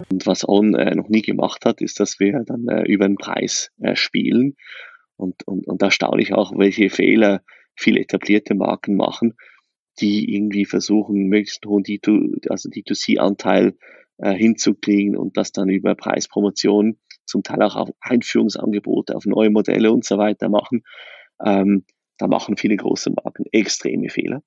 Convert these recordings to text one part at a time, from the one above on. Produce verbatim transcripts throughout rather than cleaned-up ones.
Und was On äh, noch nie gemacht hat, ist, dass wir dann äh, über den Preis äh, spielen. Und, und, und da staune ich auch, welche Fehler viele etablierte Marken machen, die irgendwie versuchen, möglichst hohen D zwei, also D zwei C-Anteil äh, hinzukriegen und das dann über Preispromotion, zum Teil auch auf Einführungsangebote, auf neue Modelle und so weiter machen. Ähm, da machen viele große Marken extreme Fehler.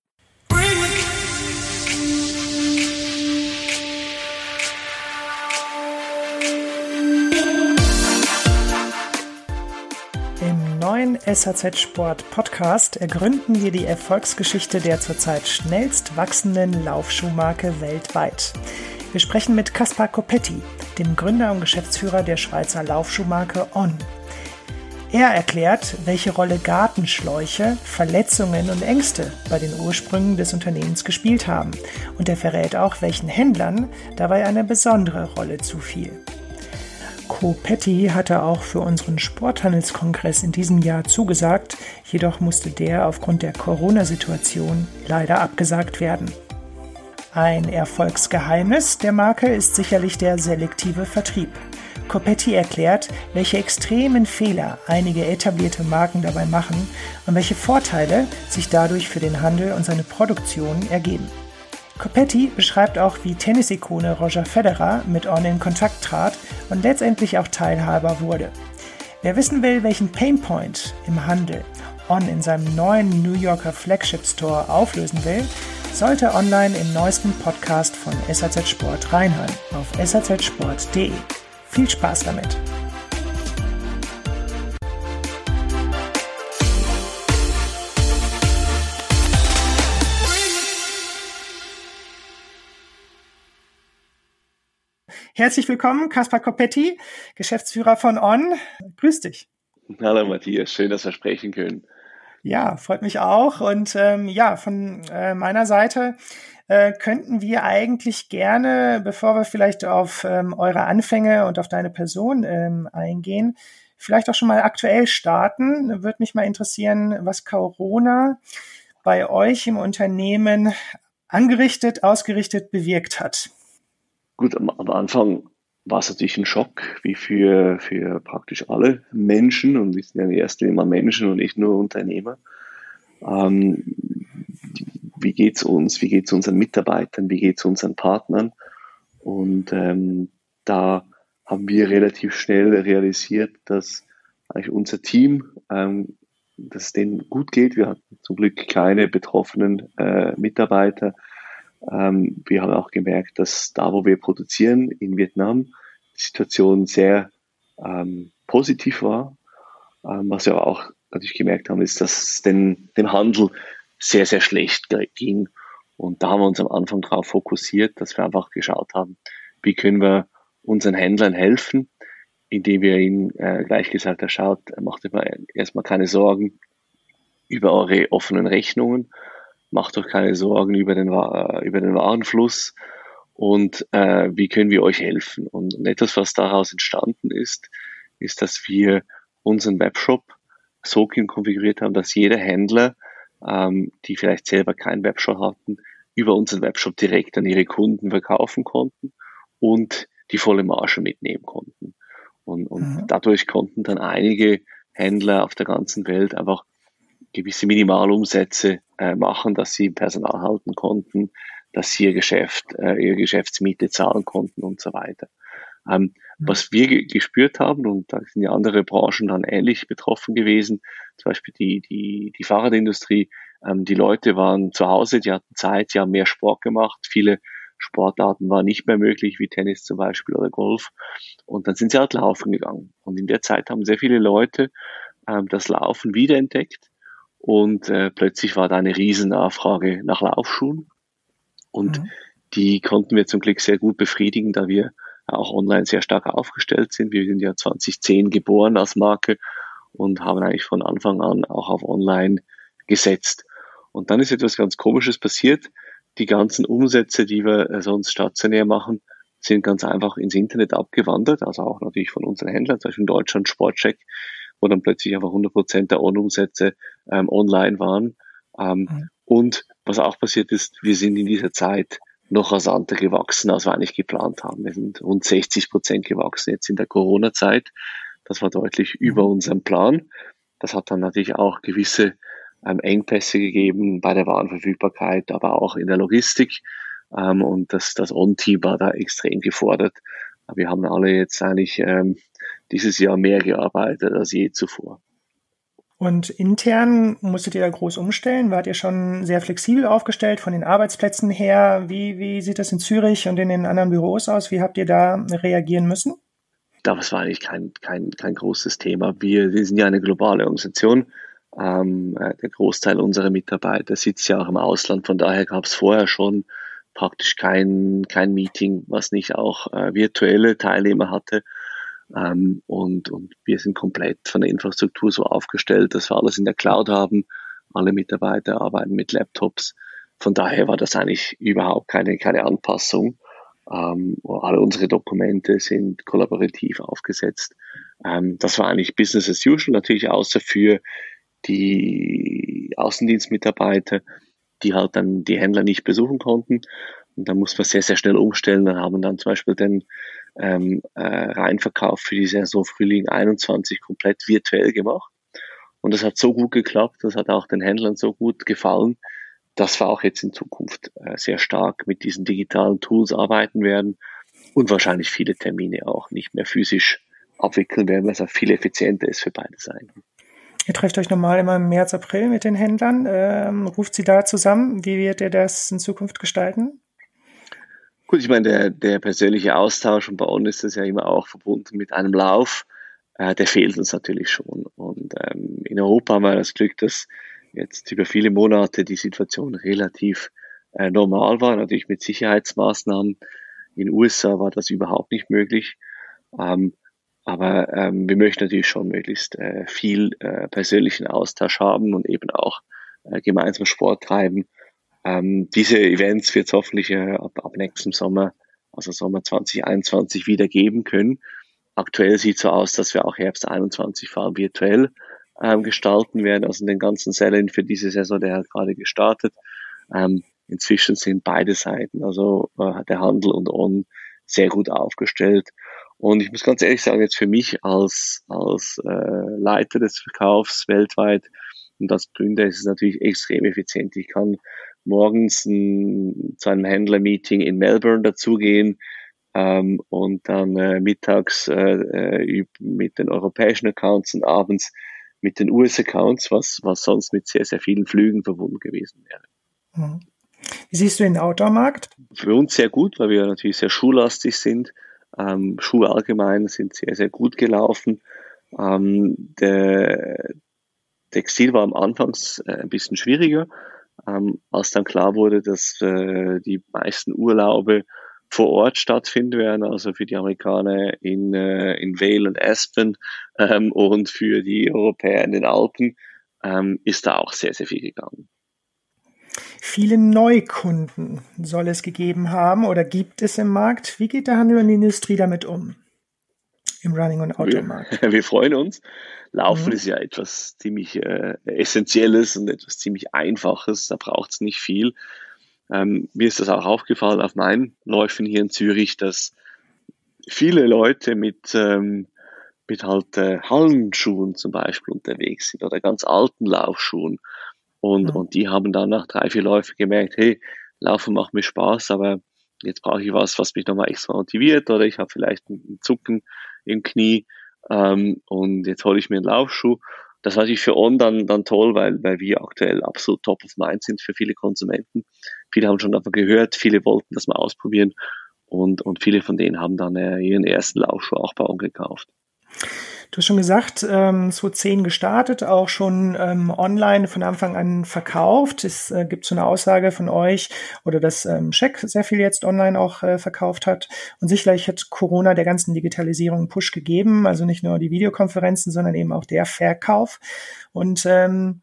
Im neuen S H Z Sport Podcast ergründen wir die Erfolgsgeschichte der zurzeit schnellst wachsenden Laufschuhmarke weltweit. Wir sprechen mit Kaspar Coppetti, dem Gründer und Geschäftsführer der Schweizer Laufschuhmarke On. Er erklärt, welche Rolle Gartenschläuche, Verletzungen und Ängste bei den Ursprüngen des Unternehmens gespielt haben. Und er verrät auch, welchen Händlern dabei eine besondere Rolle zufiel. Coppetti hatte auch für unseren Sporthandelskongress in diesem Jahr zugesagt, jedoch musste der aufgrund der Corona-Situation leider abgesagt werden. Ein Erfolgsgeheimnis der Marke ist sicherlich der selektive Vertrieb. Coppetti erklärt, welche extremen Fehler einige etablierte Marken dabei machen und welche Vorteile sich dadurch für den Handel und seine Produktion ergeben. Coppetti beschreibt auch, wie Tennisikone Roger Federer mit On in Kontakt trat und letztendlich auch Teilhaber wurde. Wer wissen will, welchen Painpoint im Handel On in seinem neuen New Yorker Flagship Store auflösen will, sollte online im neuesten Podcast von S H Z Sport reinhören auf s h z sport punkt d e. Viel Spaß damit! Herzlich willkommen, Kaspar Coppetti, Geschäftsführer von On. Grüß dich. Hallo Matthias, schön, dass wir sprechen können. Ja, freut mich auch. Und ähm, ja, von äh, meiner Seite äh, könnten wir eigentlich gerne, bevor wir vielleicht auf ähm, eure Anfänge und auf deine Person ähm, eingehen, vielleicht auch schon mal aktuell starten. Würde mich mal interessieren, was Corona bei euch im Unternehmen angerichtet, ausgerichtet, bewirkt hat. Gut, am, am Anfang war es natürlich ein Schock, wie für, für praktisch alle Menschen. Und wir sind ja in erster Linie immer Menschen und nicht nur Unternehmer. Ähm, wie geht's uns? Wie geht's unseren Mitarbeitern? Wie geht's unseren Partnern? Und ähm, da haben wir relativ schnell realisiert, dass eigentlich unser Team, ähm, dass es denen gut geht. Wir hatten zum Glück keine betroffenen äh, Mitarbeiter. Ähm, wir haben auch gemerkt, dass da, wo wir produzieren, in Vietnam, die Situation sehr ähm, positiv war. Ähm, was wir auch natürlich gemerkt haben, ist, dass es den, dem Handel sehr, sehr schlecht ging. Und da haben wir uns am Anfang darauf fokussiert, dass wir einfach geschaut haben, wie können wir unseren Händlern helfen, indem wir ihnen äh, gleich gesagt haben, schaut, macht euch mal erstmal keine Sorgen über eure offenen Rechnungen. Macht euch keine Sorgen über den, über den Warenfluss und äh, wie können wir euch helfen. Und, und etwas, was daraus entstanden ist, ist, dass wir unseren Webshop so konfiguriert haben, dass jeder Händler, ähm, die vielleicht selber keinen Webshop hatten, über unseren Webshop direkt an ihre Kunden verkaufen konnten und die volle Marge mitnehmen konnten. Und, und mhm. dadurch konnten dann einige Händler auf der ganzen Welt einfach gewisse Minimalumsätze äh, machen, dass sie Personal halten konnten, dass sie ihr Geschäft, äh, ihre Geschäftsmiete zahlen konnten und so weiter. Ähm, mhm. Was wir ge- gespürt haben, und da sind ja andere Branchen dann ähnlich betroffen gewesen, zum Beispiel die, die, die Fahrradindustrie, ähm, die Leute waren zu Hause, die hatten Zeit, die haben mehr Sport gemacht, viele Sportarten waren nicht mehr möglich, wie Tennis zum Beispiel oder Golf, und dann sind sie halt laufen gegangen. Und in der Zeit haben sehr viele Leute ähm, das Laufen wiederentdeckt. Und äh, plötzlich war da eine riesen Nachfrage nach Laufschuhen. Und mhm. die konnten wir zum Glück sehr gut befriedigen, da wir auch online sehr stark aufgestellt sind. Wir sind ja zwanzig zehn geboren als Marke und haben eigentlich von Anfang an auch auf online gesetzt. Und dann ist etwas ganz Komisches passiert. Die ganzen Umsätze, die wir äh, sonst stationär machen, sind ganz einfach ins Internet abgewandert. Also auch natürlich von unseren Händlern, zum Beispiel in Deutschland Sportcheck, wo dann plötzlich einfach hundert Prozent der On-Umsätze ähm, online waren. Ähm, mhm. Und was auch passiert ist, wir sind in dieser Zeit noch rasanter gewachsen, als wir eigentlich geplant haben. Wir sind rund sechzig Prozent gewachsen jetzt in der Corona-Zeit. Das war deutlich über unserem Plan. Das hat dann natürlich auch gewisse ähm, Engpässe gegeben bei der Warenverfügbarkeit, aber auch in der Logistik. Ähm, und das, das On-Team war da extrem gefordert. Wir haben alle jetzt eigentlich ähm, dieses Jahr mehr gearbeitet als je zuvor. Und intern musstet ihr da groß umstellen? Wart ihr schon sehr flexibel aufgestellt von den Arbeitsplätzen her? Wie, wie sieht das in Zürich und in den anderen Büros aus? Wie habt ihr da reagieren müssen? Das war eigentlich kein, kein, kein großes Thema. Wir, wir sind ja eine globale Organisation. Ähm, der Großteil unserer Mitarbeiter sitzt ja auch im Ausland. Von daher gab es vorher schon praktisch kein, kein Meeting, was nicht auch äh, virtuelle Teilnehmer hatte. Ähm, und, und wir sind komplett von der Infrastruktur so aufgestellt, dass wir alles in der Cloud haben. Alle Mitarbeiter arbeiten mit Laptops. Von daher war das eigentlich überhaupt keine, keine Anpassung. Ähm, alle unsere Dokumente sind kollaborativ aufgesetzt. Ähm, das war eigentlich Business as usual, natürlich außer für die Außendienstmitarbeiter, die halt dann die Händler nicht besuchen konnten. Und da muss man sehr, sehr schnell umstellen. Dann haben dann zum Beispiel den ähm, äh, Reinverkauf für die Saison Frühling einundzwanzig komplett virtuell gemacht. Und das hat so gut geklappt, das hat auch den Händlern so gut gefallen, dass wir auch jetzt in Zukunft äh, sehr stark mit diesen digitalen Tools arbeiten werden und wahrscheinlich viele Termine auch nicht mehr physisch abwickeln werden, was auch viel effizienter ist für beide Seiten. Ihr trefft euch normal immer im März, April mit den Händlern. Ähm, ruft sie da zusammen? Wie wird ihr das in Zukunft gestalten? Gut, ich meine, der, der persönliche Austausch, und bei uns ist das ja immer auch verbunden mit einem Lauf, äh, der fehlt uns natürlich schon. Und ähm, in Europa haben wir das Glück, dass jetzt über viele Monate die Situation relativ äh, normal war, natürlich mit Sicherheitsmaßnahmen. In den U S A war das überhaupt nicht möglich. Ähm, aber ähm, wir möchten natürlich schon möglichst äh, viel äh, persönlichen Austausch haben und eben auch äh, gemeinsam Sport treiben. Ähm, diese Events wird es hoffentlich äh, ab, ab nächstem Sommer, also Sommer zwanzig einundzwanzig, wieder geben können. Aktuell sieht es so aus, dass wir auch Herbst einundzwanzig vor allem virtuell ähm, gestalten werden. Also den ganzen Sell-in für diese Saison, der hat gerade gestartet. Ähm, inzwischen sind beide Seiten, also äh, der Handel und On, sehr gut aufgestellt. Und ich muss ganz ehrlich sagen, jetzt für mich als, als äh, Leiter des Verkaufs weltweit und als Gründer ist es natürlich extrem effizient. Ich kann morgens ein, zu einem Händler-Meeting in Melbourne dazugehen ähm, und dann äh, mittags äh, mit den europäischen Accounts und abends mit den U S-Accounts, was, was sonst mit sehr, sehr vielen Flügen verbunden gewesen wäre. Wie siehst du den Outdoor-Markt? Für uns sehr gut, weil wir natürlich sehr schuhlastig sind. Ähm, Schuhe allgemein sind sehr, sehr gut gelaufen. Ähm, der Textil war am Anfang äh, ein bisschen schwieriger. Ähm, als dann klar wurde, dass äh, die meisten Urlaube vor Ort stattfinden werden, also für die Amerikaner in, äh, in Vail und Aspen ähm, und für die Europäer in den Alpen, ähm, ist da auch sehr, sehr viel gegangen. Viele Neukunden soll es gegeben haben oder gibt es im Markt. Wie geht der Handel und die Industrie damit um? Im Running- und Outdoor-Markt. Wir, wir freuen uns. Laufen Mhm. ist ja etwas ziemlich äh, Essentielles und etwas ziemlich Einfaches. Da braucht es nicht viel. Ähm, mir ist das auch aufgefallen auf meinen Läufen hier in Zürich, dass viele Leute mit, ähm, mit halt äh, Hallenschuhen zum Beispiel unterwegs sind oder ganz alten Laufschuhen. Und, mhm. und die haben dann nach drei, vier Läufen gemerkt, hey, Laufen macht mir Spaß, aber jetzt brauche ich was, was mich nochmal extra motiviert oder ich habe vielleicht einen Zucken im Knie ähm, und jetzt hole ich mir einen Laufschuh. Das war natürlich für On dann, dann toll, weil, weil wir aktuell absolut top of mind sind für viele Konsumenten. Viele haben schon davon gehört, viele wollten das mal ausprobieren und, und viele von denen haben dann äh, ihren ersten Laufschuh auch bei On gekauft. Du hast schon gesagt, ähm, zwanzig zehn gestartet, auch schon ähm, online von Anfang an verkauft. Es äh, gibt so eine Aussage von euch oder dass ähm, Scheck sehr viel jetzt online auch äh, verkauft hat. Und sicherlich hat Corona der ganzen Digitalisierung einen Push gegeben, also nicht nur die Videokonferenzen, sondern eben auch der Verkauf. Und ähm,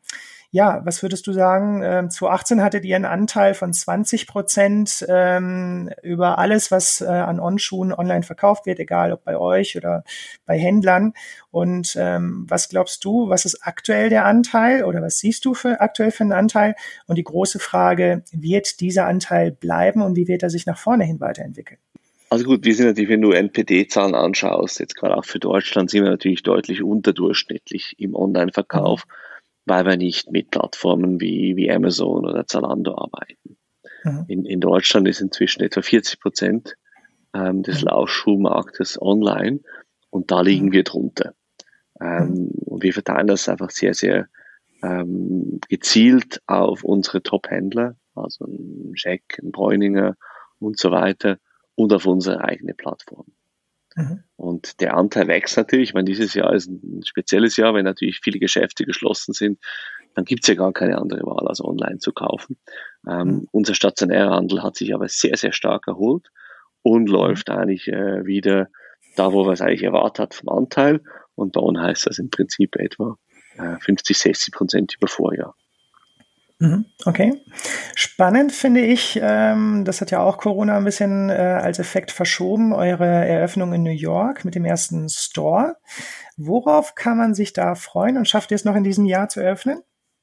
Ja, was würdest du sagen? Ähm, zweitausendachtzehn hattet ihr einen Anteil von zwanzig Prozent ähm, über alles, was äh, an On-Schuhen online verkauft wird, egal ob bei euch oder bei Händlern. Und ähm, was glaubst du, was ist aktuell der Anteil oder was siehst du für aktuell für einen Anteil? Und die große Frage, wird dieser Anteil bleiben und wie wird er sich nach vorne hin weiterentwickeln? Also gut, wir sind natürlich, wenn du N P D-Zahlen anschaust, jetzt gerade auch für Deutschland, sind wir natürlich deutlich unterdurchschnittlich im Online-Verkauf, mhm. weil wir nicht mit Plattformen wie, wie Amazon oder Zalando arbeiten. Mhm. In, in Deutschland ist inzwischen etwa vierzig Prozent ähm, des mhm. Laufschuhmarktes online und da liegen mhm. wir drunter. Ähm, mhm. Und wir verteilen das einfach sehr, sehr ähm, gezielt auf unsere Top-Händler, also ein Jack, ein Bräuninger und so weiter, und auf unsere eigene Plattform. Mhm. Und der Anteil wächst natürlich. Ich meine, dieses Jahr ist ein spezielles Jahr, wenn natürlich viele Geschäfte geschlossen sind, dann gibt es ja gar keine andere Wahl, als online zu kaufen. Ähm, mhm. Unser stationärer Handel hat sich aber sehr, sehr stark erholt und läuft mhm. eigentlich äh, wieder da, wo wir es eigentlich erwartet hat vom Anteil. Und bei uns heißt das im Prinzip etwa äh, fünfzig, sechzig Prozent über Vorjahr. Okay. Spannend finde ich, ähm, das hat ja auch Corona ein bisschen äh, als Effekt verschoben, eure Eröffnung in New York mit dem ersten Store. Worauf kann man sich da freuen und schafft ihr es noch in diesem Jahr zu eröffnen?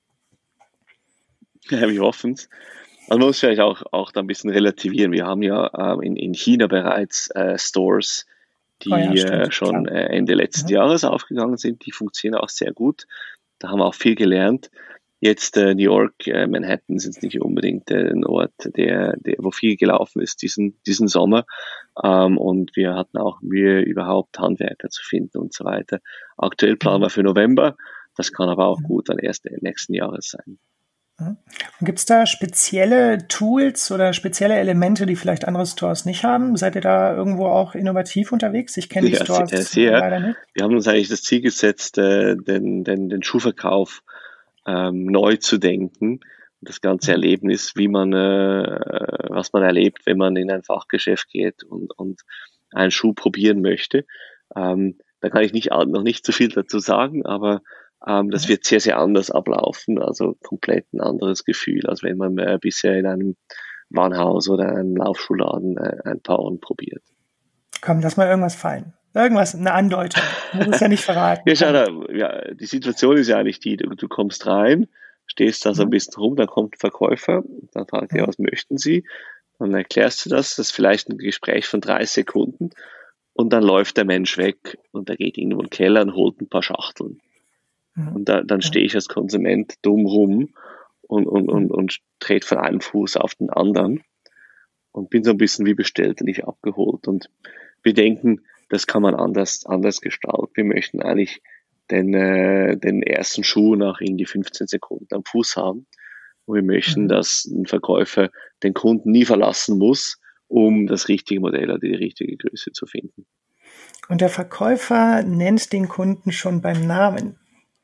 Ja, wir hoffen es. Man muss vielleicht auch, auch da ein bisschen relativieren. Wir haben ja ähm, in, in China bereits äh, Stores, die oh ja, stimmt, äh, schon äh, Ende letzten mhm. Jahres aufgegangen sind. Die funktionieren auch sehr gut. Da haben wir auch viel gelernt. Jetzt äh, New York, äh, Manhattan sind nicht unbedingt äh, ein Ort, der, der, wo viel gelaufen ist diesen, diesen Sommer. Ähm, und wir hatten auch Mühe, überhaupt Handwerker zu finden und so weiter. Aktuell planen wir für November. Das kann aber auch mhm. gut dann erst nächsten Jahres sein. Gibt es da spezielle Tools oder spezielle Elemente, die vielleicht andere Stores nicht haben? Seid ihr da irgendwo auch innovativ unterwegs? Ich kenne die ja, Stores sehr, sehr. leider nicht. Wir haben uns eigentlich das Ziel gesetzt, äh, den, den, den Schuhverkauf ähm, neu zu denken. Das ganze mhm. Erlebnis, wie man, äh, was man erlebt, wenn man in ein Fachgeschäft geht und, und einen Schuh probieren möchte. Ähm, da kann ich nicht, noch nicht so viel dazu sagen, aber Ähm, das wird sehr, sehr anders ablaufen, also komplett ein anderes Gefühl, als wenn man äh, bisher in einem Warenhaus oder einem Laufschuhladen äh, ein paar Ohren probiert. Komm, lass mal irgendwas fallen. Irgendwas, eine Andeutung. Du musst ja nicht verraten. ja, schau da, ja, die Situation ist ja eigentlich die, du, du kommst rein, stehst da so ein bisschen rum, dann kommt ein Verkäufer, dann fragt er, was möchten Sie? Dann erklärst du das, das ist vielleicht ein Gespräch von drei Sekunden und dann läuft der Mensch weg und der geht irgendwo in den Keller und holt ein paar Schachteln. Und da, dann stehe ich als Konsument dumm rum und, und, und, und trete von einem Fuß auf den anderen und bin so ein bisschen wie bestellt und nicht abgeholt. Und wir denken, das kann man anders, anders gestalten. Wir möchten eigentlich den, äh, den ersten Schuh nach irgendwie fünfzehn Sekunden am Fuß haben. Und wir möchten, mhm. dass ein Verkäufer den Kunden nie verlassen muss, um das richtige Modell oder die richtige Größe zu finden. Und der Verkäufer nennt den Kunden schon beim Namen.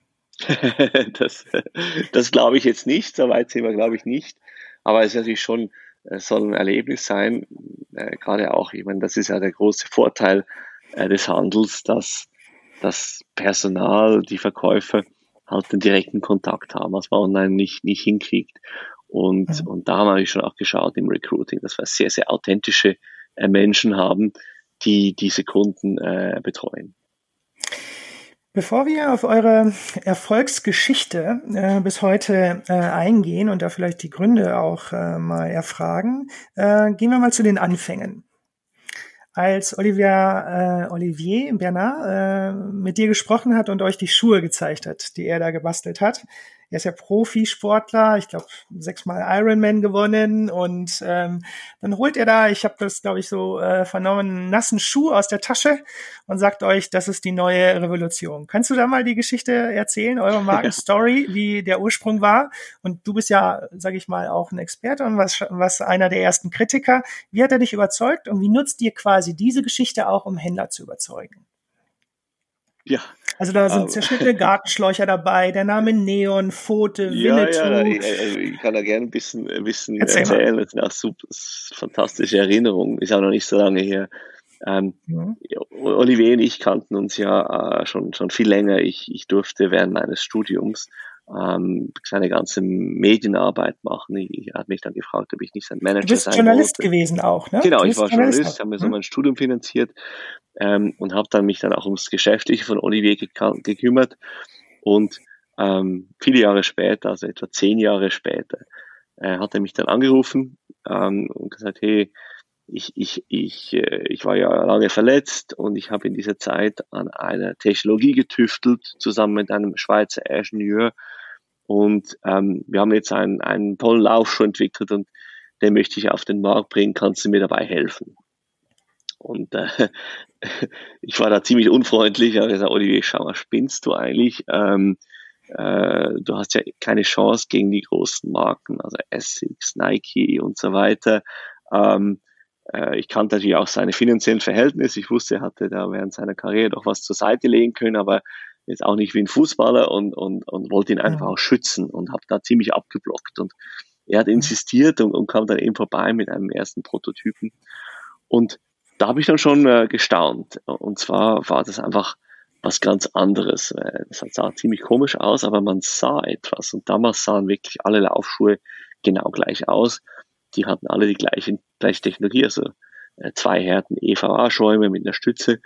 das das glaube ich jetzt nicht, so weit sind wir, glaube ich, nicht. Aber es ist natürlich schon, es soll ein Erlebnis sein, äh, gerade auch, ich meine, das ist ja der große Vorteil äh, des Handels, dass das Personal, die Verkäufer halt den direkten Kontakt haben, was man online nicht, nicht hinkriegt. Und, mhm. und da haben wir schon auch geschaut im Recruiting, dass wir sehr, sehr authentische äh, Menschen haben, die diese Kunden äh, betreuen. Bevor wir auf eure Erfolgsgeschichte äh, bis heute äh, eingehen und da vielleicht die Gründe auch äh, mal erfragen, äh, gehen wir mal zu den Anfängen. Als Olivier, äh, Olivier Bernard äh, mit dir gesprochen hat und euch die Schuhe gezeigt hat, die er da gebastelt hat. Er ist ja Profisportler, ich glaube sechsmal Ironman gewonnen und ähm, dann holt er da, ich habe das glaube ich so äh, vernommen, einen nassen Schuh aus der Tasche und sagt euch, das ist die neue Revolution. Kannst du da mal die Geschichte erzählen, eure Markenstory, wie der Ursprung war? Und du bist ja, sage ich mal, auch ein Experte und was, was einer der ersten Kritiker. Wie hat er dich überzeugt und wie nutzt ihr quasi diese Geschichte auch, um Händler zu überzeugen? Ja. Also da sind zerschnittene Gartenschläucher dabei, der Name Neon, Pfote, Winnetou. Ja, ja, ich, ich kann da gerne ein bisschen, ein bisschen erzählen. Das sind auch super, fantastische Erinnerungen. Ist auch noch nicht so lange her. Ähm, mhm. Olivier und ich kannten uns ja äh, schon, schon viel länger. Ich, ich durfte während meines Studiums ähm, seine ganze Medienarbeit machen. Ich, er hat mich dann gefragt, ob ich nicht sein Manager Du bist sein Journalist wollte. gewesen auch, ne? Genau, Du ich bist war Journalist Journalist, auch. habe mir so Hm? mein Studium finanziert ähm, und habe dann mich dann auch ums Geschäftliche von Olivier geka- gekümmert. Und ähm, viele Jahre später, also etwa zehn Jahre später, äh, hat er mich dann angerufen ähm, und gesagt, hey, ich, ich, ich, äh, ich war ja lange verletzt und ich habe in dieser Zeit an einer Technologie getüftelt, zusammen mit einem Schweizer Ingenieur. Und ähm, wir haben jetzt einen, einen tollen Laufschuh entwickelt und den möchte ich auf den Markt bringen. Kannst du mir dabei helfen? Und äh, ich war da ziemlich unfreundlich. Ich habe gesagt, Olivier, schau mal, spinnst du eigentlich? Ähm, äh, du hast ja keine Chance gegen die großen Marken, also Essex, Nike und so weiter. Ähm, äh, ich kannte natürlich auch seine finanziellen Verhältnisse. Ich wusste, er hatte da während seiner Karriere doch was zur Seite legen können, aber jetzt auch nicht wie ein Fußballer und, und, und wollte ihn einfach Mhm. auch schützen und habe da ziemlich abgeblockt. Und er hat insistiert und, und kam dann eben vorbei mit einem ersten Prototypen. Und da habe ich dann schon äh, gestaunt. Und zwar war das einfach was ganz anderes. Das sah ziemlich komisch aus, aber man sah etwas. Und damals sahen wirklich alle Laufschuhe genau gleich aus. Die hatten alle die gleiche, gleiche Technologie, also äh, zwei Härten E V A-Schäume mit einer Stütze.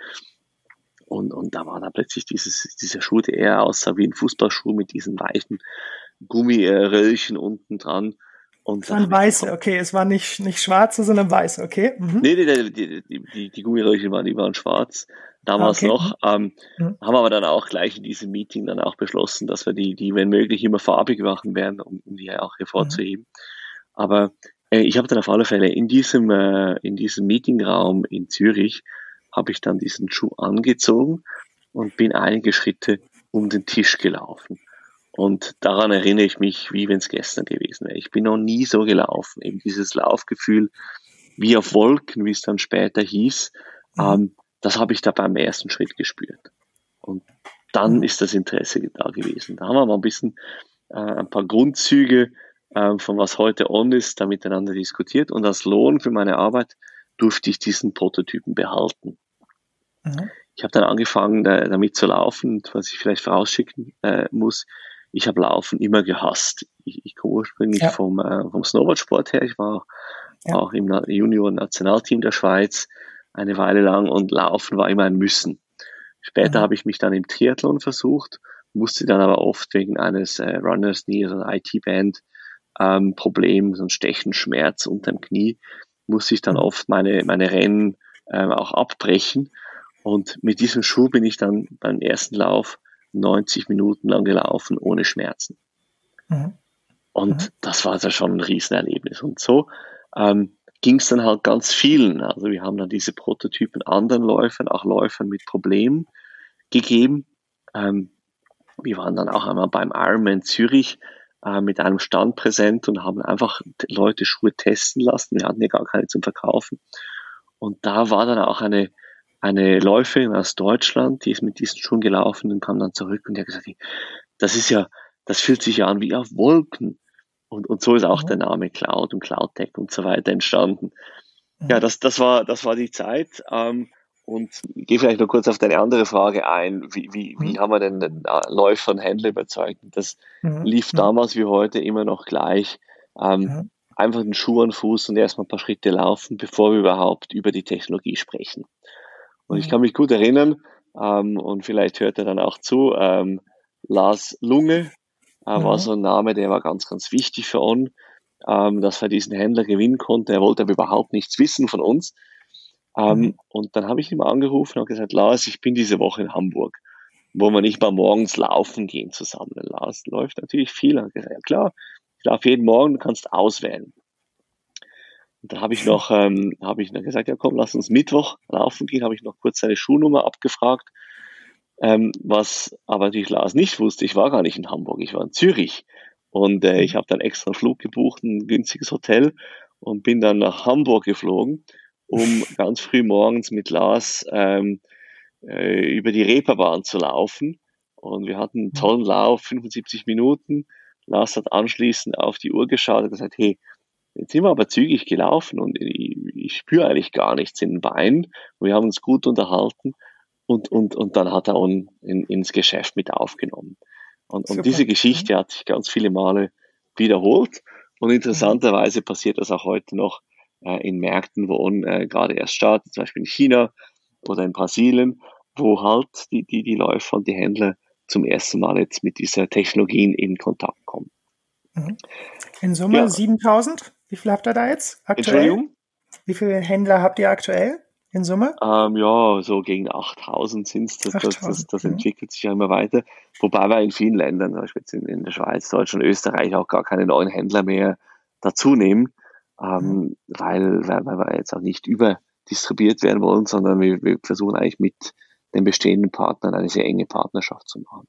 Und, und da war da plötzlich dieses, dieser Schuh, der eher aussah wie ein Fußballschuh mit diesen weichen Gummiröllchen unten dran. Und Es dann waren habe ich weiße, gedacht, okay. Es waren nicht, nicht schwarze, sondern weiße, okay. Mhm. nee, nee, die, die, die, die Gummiröllchen waren, die waren schwarz, Ah, damals okay. noch. Ähm, Mhm. haben aber dann auch gleich in diesem Meeting dann auch beschlossen, dass wir die, die wenn möglich, immer farbig machen werden, um, um die auch Mhm. hervorzuheben. Aber äh, ich habe dann auf alle Fälle in diesem, äh, in diesem Meetingraum in Zürich, habe ich dann diesen Schuh angezogen und bin einige Schritte um den Tisch gelaufen. Und daran erinnere ich mich, wie wenn es gestern gewesen wäre. Ich bin noch nie so gelaufen. Eben dieses Laufgefühl, wie auf Wolken, wie es dann später hieß, Mhm. ähm, das habe ich da beim ersten Schritt gespürt. Und dann Mhm. ist das Interesse da gewesen. Da haben wir mal ein bisschen äh, ein paar Grundzüge äh, von was heute On ist, da miteinander diskutiert. Und als Lohn für meine Arbeit durfte ich diesen Prototypen behalten. Mhm. Ich habe dann angefangen, da, damit zu laufen. Und was ich vielleicht vorausschicken äh, muss, ich habe Laufen immer gehasst. Ich, ich komme ursprünglich Ja. vom, äh, vom Snowboardsport her. Ich war Ja. auch im Junior-Nationalteam der Schweiz eine Weile lang und Laufen war immer ein Müssen. Später Mhm. habe ich mich dann im Triathlon versucht, musste dann aber oft wegen eines äh, Runners Knee, also I T-Band, ähm, Problem, so ein stechenden Schmerz unterm Knie, musste ich dann Mhm. oft meine, meine Rennen ähm, auch abbrechen. Und mit diesem Schuh bin ich dann beim ersten Lauf neunzig Minuten lang gelaufen, ohne Schmerzen. Mhm. Und das war dann schon ein Riesenerlebnis. Und so ähm, ging es dann halt ganz vielen. Also wir haben dann diese Prototypen anderen Läufern, auch Läufern mit Problemen gegeben. Ähm, wir waren dann auch einmal beim Ironman Zürich äh, mit einem Stand präsent und haben einfach Leute Schuhe testen lassen. Wir hatten ja gar keine zum Verkaufen. Und da war dann auch eine, eine Läuferin aus Deutschland, die ist mit diesen Schuhen gelaufen und kam dann zurück und die hat gesagt, das ist ja, das fühlt sich ja an wie auf Wolken. Und, und so ist auch Mhm. der Name Cloud und CloudTech und so weiter entstanden. Mhm. Ja, das, das war, das war die Zeit. Ähm, und ich gehe vielleicht noch kurz auf deine andere Frage ein. Wie, wie, wie Mhm. haben wir denn den äh, Läufer und Händler überzeugt? Das Mhm. lief Mhm. damals wie heute immer noch gleich. Ähm, Mhm. einfach den Schuh an den Fuß und erstmal ein paar Schritte laufen, bevor wir überhaupt über die Technologie sprechen. Und ich Mhm. kann mich gut erinnern, ähm, und vielleicht hört er dann auch zu, ähm, Lars Lunge äh, war Mhm. so ein Name, der war ganz, ganz wichtig für uns, ähm, dass er diesen Händler gewinnen konnte. Er wollte aber überhaupt nichts wissen von uns. Ähm, Mhm. und dann habe ich ihn mal angerufen und gesagt, Lars, ich bin diese Woche in Hamburg. Wollen wir nicht mal morgens laufen gehen zusammen? Lars läuft natürlich viel. Und gesagt, ja klar, ich laufe jeden Morgen, du kannst auswählen. Und dann habe ich noch, ähm, habe ich dann gesagt, ja komm, lass uns Mittwoch laufen gehen. Habe ich noch kurz seine Schuhnummer abgefragt. Ähm, was aber natürlich Lars nicht wusste, ich war gar nicht in Hamburg, ich war in Zürich. Und äh, ich habe dann extra einen Flug gebucht, ein günstiges Hotel und bin dann nach Hamburg geflogen, um ganz früh morgens mit Lars ähm, äh, über die Reeperbahn zu laufen. Und wir hatten einen Mhm. tollen Lauf, fünfundsiebzig Minuten. Lars hat anschließend auf die Uhr geschaut und gesagt, hey, jetzt sind wir aber zügig gelaufen und ich, ich spüre eigentlich gar nichts in den Beinen. Und wir haben uns gut unterhalten und, und, und dann hat er uns in, ins Geschäft mit aufgenommen. Und, und diese Geschichte hat sich ganz viele Male wiederholt. Und interessanterweise passiert das auch heute noch äh, in Märkten, wo On äh, gerade erst startet, zum Beispiel in China oder in Brasilien, wo halt die, die, die Läufer und die Händler zum ersten Mal jetzt mit dieser Technologie in Kontakt kommen. In Summe ja. siebentausend? Wie viel habt ihr da jetzt aktuell? Entschuldigung? Wie viele Händler habt ihr aktuell in Summe? Ähm, ja, so gegen achttausend sind es. Das, das, das, das entwickelt sich ja immer weiter. Wobei wir in vielen Ländern, zum Beispiel in, in der Schweiz, Deutschland, Österreich, auch gar keine neuen Händler mehr dazu nehmen, ähm, mhm. weil, weil, weil wir jetzt auch nicht überdistribuiert werden wollen, sondern wir, wir versuchen eigentlich mit den bestehenden Partnern eine sehr enge Partnerschaft zu machen.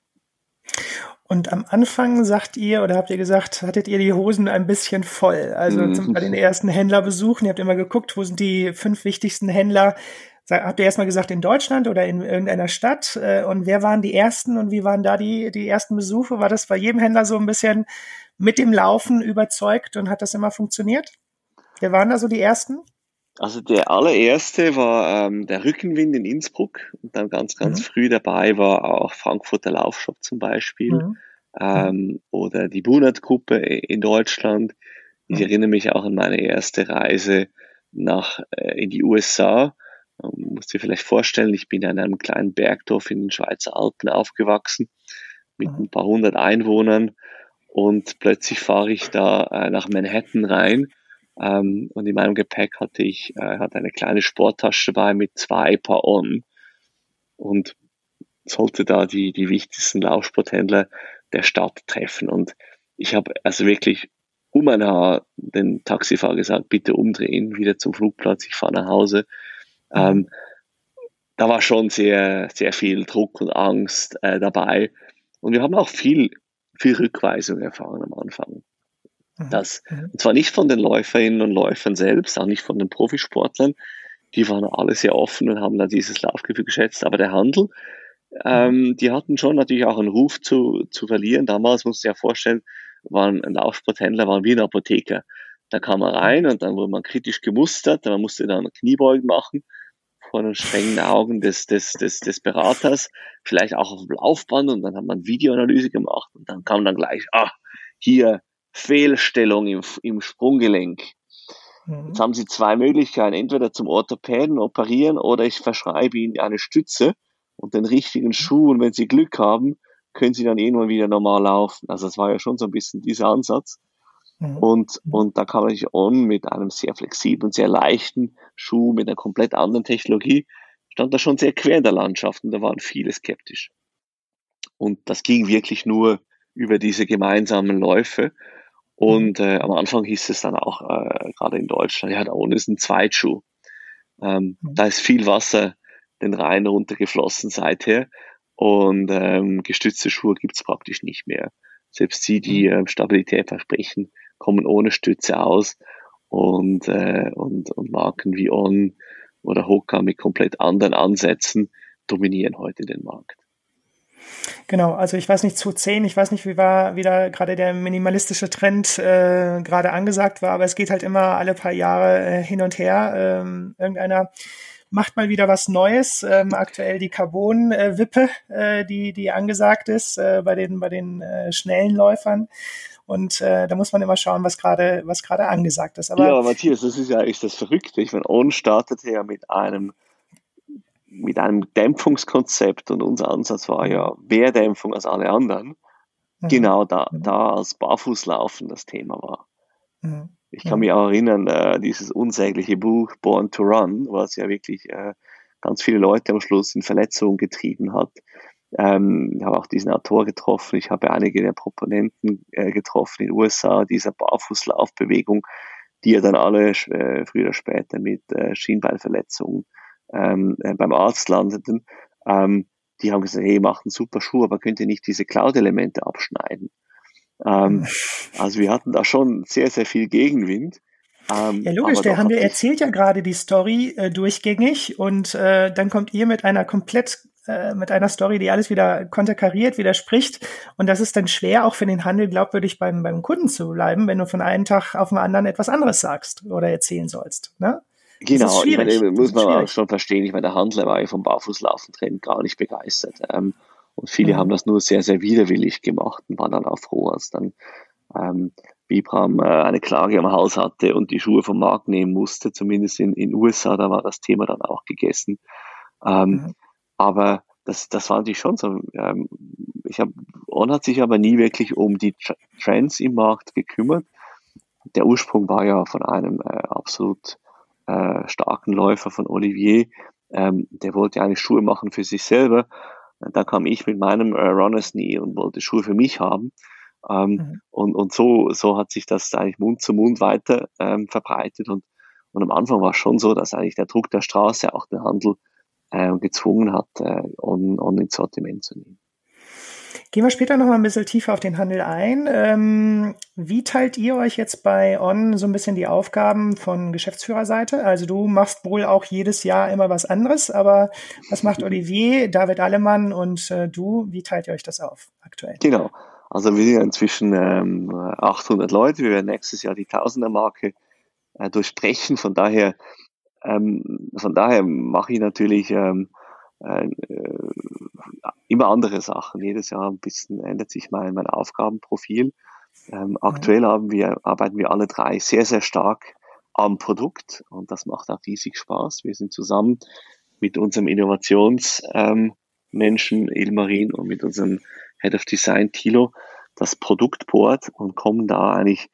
Und am Anfang sagt ihr, oder habt ihr gesagt, hattet ihr die Hosen ein bisschen voll? Also mhm. zum, bei den ersten Händlerbesuchen, ihr habt immer geguckt, wo sind die fünf wichtigsten Händler? Habt ihr erstmal gesagt, in Deutschland oder in irgendeiner Stadt? Und wer waren die ersten und wie waren da die, die ersten Besuche? War das bei jedem Händler so ein bisschen mit dem Laufen überzeugt und hat das immer funktioniert? Wer waren da so die ersten? Also der allererste war ähm, der Rückenwind in Innsbruck und dann ganz, ganz mhm. früh dabei war auch Frankfurter Laufshop zum Beispiel mhm. ähm, oder die Bunert-Gruppe in Deutschland. Ich mhm. erinnere mich auch an meine erste Reise nach äh, in die U S A. Man muss sich vielleicht vorstellen, ich bin in einem kleinen Bergdorf in den Schweizer Alpen aufgewachsen mit mhm. ein paar hundert Einwohnern und plötzlich fahre ich da äh, nach Manhattan rein. Um, und in meinem Gepäck hatte ich äh, hatte eine kleine Sporttasche dabei mit zwei Paar On und sollte da die die wichtigsten Laufsporthändler der Stadt treffen. Und ich habe also wirklich um ein Haar den Taxifahrer gesagt, bitte umdrehen, wieder zum Flugplatz, ich fahre nach Hause. Mhm. Um, da war schon sehr sehr viel Druck und Angst äh, dabei. Und wir haben auch viel viel Rückweisung erfahren am Anfang. Das, und zwar nicht von den Läuferinnen und Läufern selbst, auch nicht von den Profisportlern, die waren alle sehr offen und haben dann dieses Laufgefühl geschätzt, aber der Handel, ähm, die hatten schon natürlich auch einen Ruf zu, zu verlieren. Damals, muss ich ja vorstellen, waren ein Laufsporthändler, waren wie ein Apotheker. Da kam man rein und dann wurde man kritisch gemustert, man musste dann Kniebeugen machen vor den strengen Augen des, des, des, des Beraters, vielleicht auch auf dem Laufband, und dann hat man Videoanalyse gemacht und dann kam dann gleich, ah, hier Fehlstellung im, im Sprunggelenk. Mhm. Jetzt haben Sie zwei Möglichkeiten, entweder zum Orthopäden operieren oder ich verschreibe Ihnen eine Stütze und den richtigen Schuh, und wenn Sie Glück haben, können Sie dann irgendwann wieder normal laufen. Also das war ja schon so ein bisschen dieser Ansatz. Mhm. Und, und da kam ich On mit einem sehr flexiblen, sehr leichten Schuh, mit einer komplett anderen Technologie, stand da schon sehr quer in der Landschaft und da waren viele skeptisch. Und das ging wirklich nur über diese gemeinsamen Läufe. Und äh, am Anfang hieß es dann auch, äh, gerade in Deutschland, ja, da On ist ein Zweitschuh. Ähm, mhm. Da ist viel Wasser den Rhein runtergeflossen seither und ähm, gestützte Schuhe gibt's praktisch nicht mehr. Selbst die, die äh, Stabilität versprechen, kommen ohne Stütze aus, und, äh, und, und Marken wie On oder Hoka mit komplett anderen Ansätzen dominieren heute den Markt. Genau, also ich weiß nicht, zu zehn, ich weiß nicht, wie war, wie da gerade der minimalistische Trend äh, gerade angesagt war, aber es geht halt immer alle paar Jahre äh, hin und her. Ähm, irgendeiner macht mal wieder was Neues. Ähm, aktuell die Carbon-Wippe, äh, die die angesagt ist äh, bei den bei den äh, schnellen Läufern. Und äh, da muss man immer schauen, was gerade was gerade angesagt ist. Aber ja, Matthias, das ist ja eigentlich das Verrückte. Ich meine, On startete ja mit einem mit einem Dämpfungskonzept, und unser Ansatz war ja mehr Dämpfung als alle anderen. Mhm. Genau da, da als Barfußlaufen das Thema war. Mhm. Ich kann mich auch erinnern, äh, dieses unsägliche Buch Born to Run, was ja wirklich äh, ganz viele Leute am Schluss in Verletzungen getrieben hat. Ähm, ich habe auch diesen Autor getroffen, ich habe einige der Proponenten äh, getroffen in den U S A, dieser Barfußlaufbewegung, die ja dann alle äh, früher oder später mit äh, Schienbeinverletzungen ähm, äh, beim Arzt landeten. Ähm, die haben gesagt, hey, macht einen super Schuh, aber könnt ihr nicht diese Cloud-Elemente abschneiden? Ähm, also wir hatten da schon sehr, sehr viel Gegenwind. Ähm, ja, logisch, der Handel erzählt ja gerade die Story äh, durchgängig, und äh, dann kommt ihr mit einer komplett, äh, mit einer Story, die alles wieder konterkariert, widerspricht, und das ist dann schwer, auch für den Handel glaubwürdig beim, beim Kunden zu bleiben, wenn du von einem Tag auf den anderen etwas anderes sagst oder erzählen sollst, ne? Genau, ich meine, muss man auch schon verstehen, ich meine, der Handler war ja vom Barfußlaufen-Trend gar nicht begeistert. Ähm, Und viele Mhm. haben das nur sehr, sehr widerwillig gemacht und waren dann auch froh, als dann ähm, Vibram äh, eine Klage am Hals hatte und die Schuhe vom Markt nehmen musste, zumindest in den U S A, da war das Thema dann auch gegessen. Ähm, Mhm. aber das, das war natürlich schon so. Ähm, ich hab, On hat sich aber nie wirklich um die Tra- Trends im Markt gekümmert. Der Ursprung war ja von einem äh, absolut äh, starken Läufer von Olivier. Ähm, der wollte eigentlich Schuhe machen für sich selber. Da kam ich mit meinem äh, Runners Knee und wollte Schuhe für mich haben. Ähm, Mhm. und und so, so hat sich das eigentlich Mund zu Mund weiter ähm, verbreitet. Und, und am Anfang war es schon so, dass eigentlich der Druck der Straße auch den Handel äh, gezwungen hat, äh, On, On ins Sortiment zu nehmen. Gehen wir später noch mal ein bisschen tiefer auf den Handel ein. Ähm, wie teilt ihr euch jetzt bei On so ein bisschen die Aufgaben von Geschäftsführerseite? Also du machst wohl auch jedes Jahr immer was anderes, aber was macht Olivier, David Allemann und äh, du? Wie teilt ihr euch das auf aktuell? Genau. Also wir sind ja inzwischen ähm, achthundert Leute. Wir werden nächstes Jahr die Tausender-Marke äh, durchbrechen. Von daher, ähm, von daher mache ich natürlich ähm, äh, immer andere Sachen. Jedes Jahr ein bisschen ändert sich mein, mein Aufgabenprofil. Ähm, Mhm. aktuell haben wir, arbeiten wir alle drei sehr, sehr stark am Produkt und das macht auch riesig Spaß. Wir sind zusammen mit unserem Innovationsmenschen ähm, Ilmarin und mit unserem Head of Design Thilo das Produktboard und kommen da eigentlich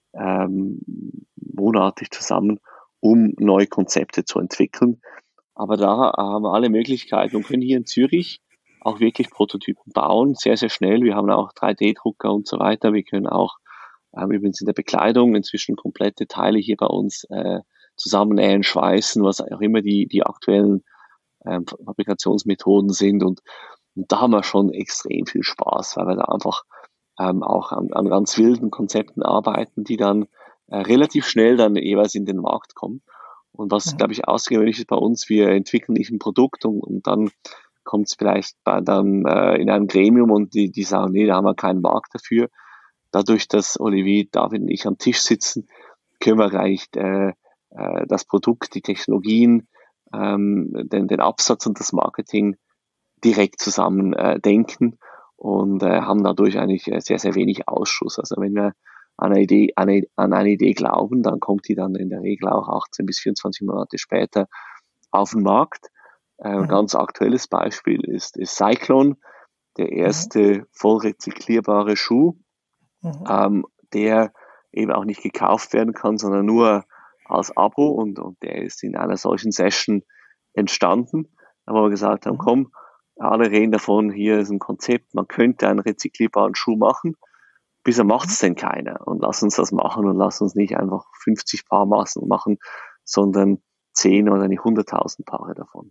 ähm, monatlich zusammen, um neue Konzepte zu entwickeln. Aber da haben wir alle Möglichkeiten und können hier in Zürich auch wirklich Prototypen bauen, sehr, sehr schnell. Wir haben auch drei D-Drucker und so weiter. Wir können auch ähm, übrigens in der Bekleidung inzwischen komplette Teile hier bei uns äh, zusammennähen, schweißen, was auch immer die, die aktuellen ähm, Fabrikationsmethoden sind. Und, und da haben wir schon extrem viel Spaß, weil wir da einfach ähm, auch an, an ganz wilden Konzepten arbeiten, die dann äh, relativ schnell dann jeweils in den Markt kommen. Und was, Mhm. glaube ich, außergewöhnlich ist bei uns, wir entwickeln nicht ein Produkt und, und dann kommt es vielleicht bei, dann äh, in einem Gremium und die, die sagen, nee, da haben wir keinen Markt dafür. Dadurch, dass Olivier, David und ich am Tisch sitzen, können wir eigentlich äh, äh, das Produkt, die Technologien, ähm, den, den Absatz und das Marketing direkt zusammen äh, denken und äh, haben dadurch eigentlich sehr, sehr wenig Ausschuss. Also wenn wir an eine, Idee, an, eine, an eine Idee glauben, dann kommt die dann in der Regel auch achtzehn bis vierundzwanzig Monate später auf den Markt. Äh, ein Mhm. ganz aktuelles Beispiel ist, ist Cyclone, der Mhm. erste voll rezyklierbare Schuh, Mhm. ähm, der eben auch nicht gekauft werden kann, sondern nur als Abo und, und der ist in einer solchen Session entstanden, wo wir gesagt haben, Mhm. komm, alle reden davon, hier ist ein Konzept, man könnte einen rezyklierbaren Schuh machen, bisher macht Mhm. es denn keiner und lass uns das machen und lass uns nicht einfach fünfzig Paar Massen machen, sondern zehn oder nicht hunderttausend Paare davon.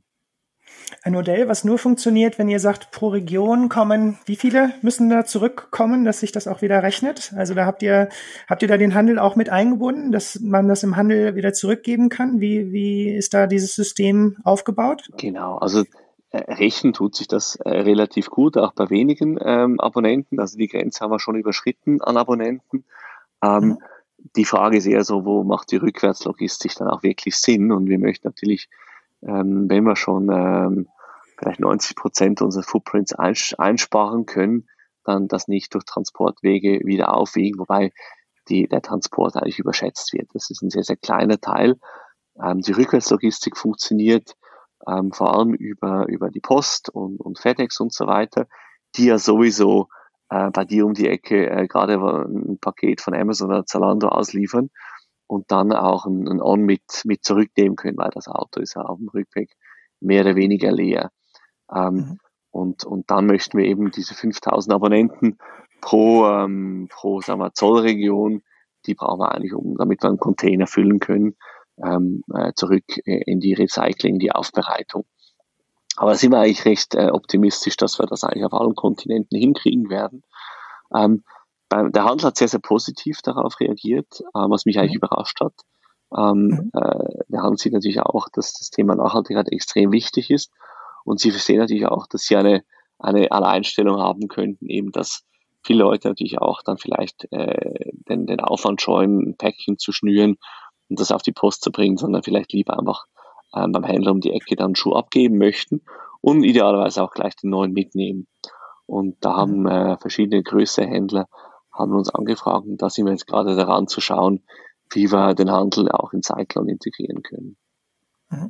Ein Modell, was nur funktioniert, wenn ihr sagt, pro Region kommen, wie viele müssen da zurückkommen, dass sich das auch wieder rechnet? Also da habt ihr, habt ihr da den Handel auch mit eingebunden, dass man das im Handel wieder zurückgeben kann? Wie, wie ist da dieses System aufgebaut? Genau, also äh, rechnen tut sich das äh, relativ gut, auch bei wenigen ähm, Abonnenten. Also die Grenze haben wir schon überschritten an Abonnenten. Ähm, Mhm. die Frage ist eher so, wo macht die Rückwärtslogistik dann auch wirklich Sinn? Und wir möchten natürlich, ähm, wenn wir schon ähm, vielleicht neunzig Prozent unseres Footprints einsparen können, dann das nicht durch Transportwege wieder aufwiegen, wobei die, der Transport eigentlich überschätzt wird. Das ist ein sehr, sehr kleiner Teil. Ähm, die Rückwärtslogistik funktioniert ähm, vor allem über, über die Post und, und FedEx und so weiter, die ja sowieso äh, bei dir um die Ecke äh, gerade ein Paket von Amazon oder Zalando ausliefern und dann auch ein, ein On mit, mit zurücknehmen können, weil das Auto ist ja auf dem Rückweg mehr oder weniger leer. Ähm, Mhm. und, und dann möchten wir eben diese fünftausend Abonnenten pro, ähm, pro sagen wir, Zollregion, die brauchen wir eigentlich, um, damit wir einen Container füllen können, ähm, äh, zurück in die Recycling, die Aufbereitung. Aber da sind wir eigentlich recht äh, optimistisch, dass wir das eigentlich auf allen Kontinenten hinkriegen werden. Ähm, beim, der Handel hat sehr, sehr positiv darauf reagiert, ähm, was mich eigentlich Mhm. überrascht hat. Ähm, Mhm. äh, der Handel sieht natürlich auch, dass das Thema Nachhaltigkeit extrem wichtig ist. Und sie verstehen natürlich auch, dass sie eine, eine Alleinstellung haben könnten, eben dass viele Leute natürlich auch dann vielleicht äh, den, den Aufwand scheuen, ein Päckchen zu schnüren und das auf die Post zu bringen, sondern vielleicht lieber einfach ähm, beim Händler um die Ecke dann einen Schuh abgeben möchten und idealerweise auch gleich den neuen mitnehmen. Und da haben äh, verschiedene größere Händler haben uns angefragt und da sind wir jetzt gerade daran zu schauen, wie wir den Handel auch in Cyclone integrieren können. Mhm.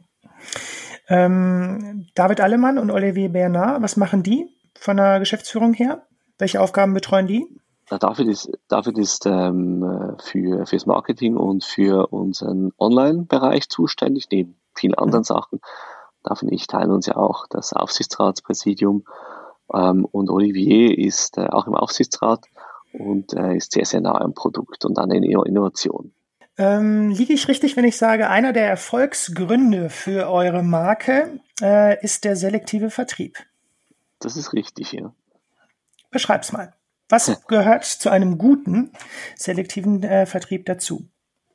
Ähm, David Allemann und Olivier Bernard, was machen die von der Geschäftsführung her? Welche Aufgaben betreuen die? Ja, David ist, David ist ähm, für fürs Marketing und für unseren Online-Bereich zuständig, neben vielen anderen mhm. Sachen. David und ich teilen uns ja auch das Aufsichtsratspräsidium. Ähm, und Olivier ist äh, auch im Aufsichtsrat und äh, ist sehr, sehr nah am Produkt und an der Innovation. Ähm, liege ich richtig, wenn ich sage, einer der Erfolgsgründe für eure Marke äh, ist der selektive Vertrieb? Das ist richtig, ja. Beschreib's mal. Was gehört zu einem guten selektiven äh, Vertrieb dazu?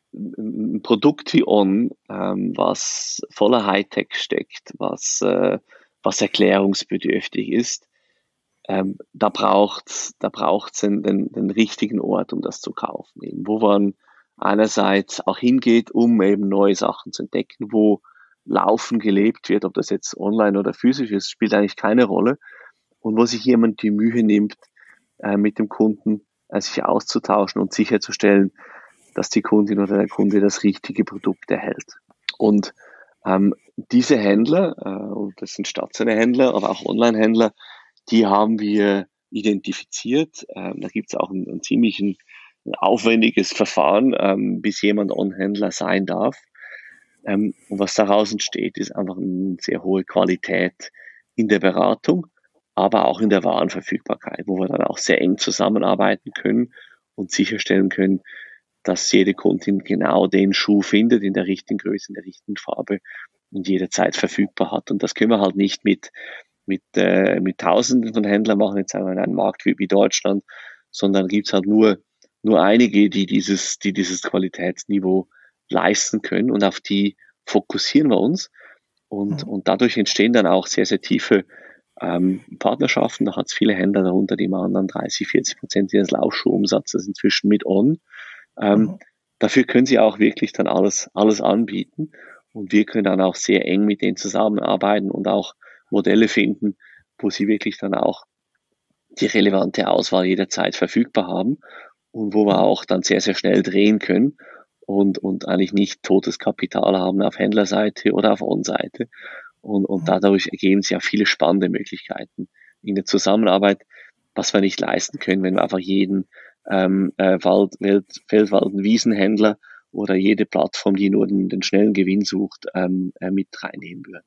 Ein Produkt wie On, ähm, was voller Hightech steckt, was, äh, was erklärungsbedürftig ist, ähm, da braucht's, da braucht's den, den, den richtigen Ort, um das zu kaufen. Eben, wo man einerseits auch hingeht, um eben neue Sachen zu entdecken, wo Laufen gelebt wird, ob das jetzt online oder physisch ist, spielt eigentlich keine Rolle. Und wo sich jemand die Mühe nimmt, äh, mit dem Kunden äh, sich auszutauschen und sicherzustellen, dass die Kundin oder der Kunde das richtige Produkt erhält. Und ähm, diese Händler, äh, das sind stationäre Händler, aber auch Online-Händler, die haben wir identifiziert. Ähm, da gibt es auch ein, ein ziemlich ein, ein aufwendiges Verfahren, ähm, bis jemand On-Händler sein darf. Ähm, und was daraus entsteht, ist einfach eine sehr hohe Qualität in der Beratung, aber auch in der Warenverfügbarkeit, wo wir dann auch sehr eng zusammenarbeiten können und sicherstellen können, dass jede Kundin genau den Schuh findet, in der richtigen Größe, in der richtigen Farbe und jederzeit verfügbar hat. Und das können wir halt nicht mit, mit, äh, mit Tausenden von Händlern machen, jetzt sagen wir in einem Markt wie, wie Deutschland, sondern gibt's halt nur, nur einige, die dieses, die dieses Qualitätsniveau leisten können und auf die fokussieren wir uns. Und, mhm. und dadurch entstehen dann auch sehr, sehr tiefe ähm, Partnerschaften. Da hat es viele Händler darunter, die machen dann dreißig, vierzig Prozent ihres Laufschuhumsatzes inzwischen mit On. Ähm, mhm. Dafür können sie auch wirklich dann alles, alles anbieten und wir können dann auch sehr eng mit denen zusammenarbeiten und auch Modelle finden, wo sie wirklich dann auch die relevante Auswahl jederzeit verfügbar haben und wo wir auch dann sehr, sehr schnell drehen können und, und eigentlich nicht totes Kapital haben auf Händlerseite oder auf On-Seite. Und, und dadurch ergeben sich ja viele spannende Möglichkeiten in der Zusammenarbeit, was wir nicht leisten können, wenn wir einfach jeden ähm, äh, Wald, Welt, Feldwald- und Wiesenhändler oder jede Plattform, die nur den, den schnellen Gewinn sucht, ähm, äh, mit reinnehmen würden.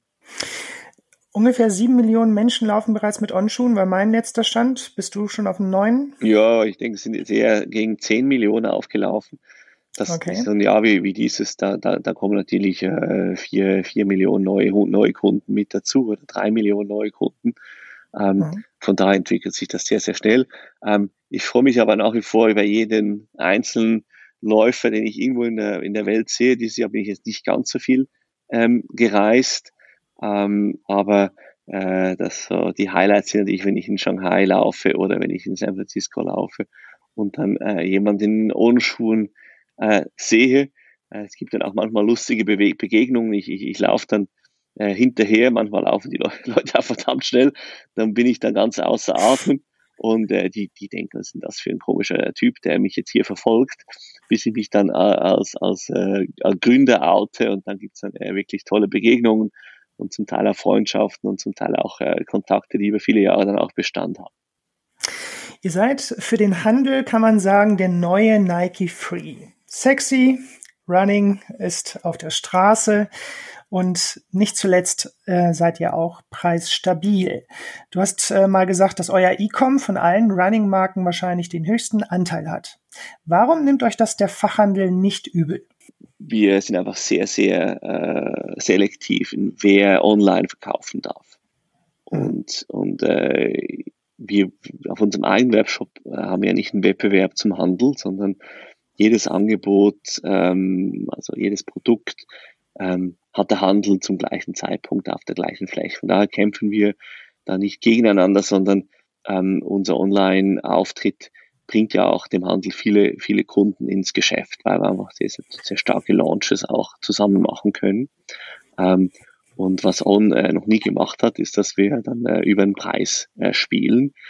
Ungefähr sieben Millionen Menschen laufen bereits mit On-Schuhen, war mein letzter Stand. Bist du schon auf dem neuen? Ja, ich denke, es sind jetzt eher gegen zehn Millionen aufgelaufen. Das okay. ist so ein Jahr wie, wie dieses, da, da, da kommen natürlich äh, vier, vier Millionen neue, neue Kunden mit dazu oder drei Millionen neue Kunden. Ähm, mhm. Von daher entwickelt sich das sehr, sehr schnell. Ähm, ich freue mich aber nach wie vor über jeden einzelnen Läufer, den ich irgendwo in der, in der Welt sehe. Dieses Jahr bin ich jetzt nicht ganz so viel ähm, gereist, ähm, aber äh, das, so, die Highlights sind natürlich, wenn ich in Shanghai laufe oder wenn ich in San Francisco laufe und dann äh, jemand in On-Schuhen äh, sehe. Äh, es gibt dann auch manchmal lustige Bewe- Begegnungen. Ich, ich, ich laufe dann äh, hinterher, manchmal laufen die Le- Leute auch verdammt schnell, dann bin ich dann ganz außer Atem und äh, die, die denken, was ist denn das für ein komischer Typ, der mich jetzt hier verfolgt, bis ich mich dann äh, als, als äh, Gründer oute und dann gibt's dann äh, wirklich tolle Begegnungen und zum Teil auch Freundschaften und zum Teil auch äh, Kontakte, die über viele Jahre dann auch Bestand haben. Ihr seid für den Handel, kann man sagen, der neue Nike Free. Sexy, Running ist auf der Straße und nicht zuletzt äh, seid ihr auch preisstabil. Du hast äh, mal gesagt, dass euer E-Com von allen Running-Marken wahrscheinlich den höchsten Anteil hat. Warum nimmt euch das der Fachhandel nicht übel? Wir sind einfach sehr, sehr äh, selektiv, in wer online verkaufen darf. Und, mhm. und äh, wir auf unserem eigenen Webshop äh, haben ja nicht einen Wettbewerb zum Handel, sondern jedes Angebot, ähm, also jedes Produkt ähm, hat der Handel zum gleichen Zeitpunkt auf der gleichen Fläche. Von daher kämpfen wir da nicht gegeneinander, sondern ähm, unser Online-Auftritt bringt ja auch dem Handel viele, viele Kunden ins Geschäft, weil wir einfach sehr, sehr starke Launches auch zusammen machen können. Ähm, und was On äh, noch nie gemacht hat, ist, dass wir dann äh, über den Preis äh, spielen.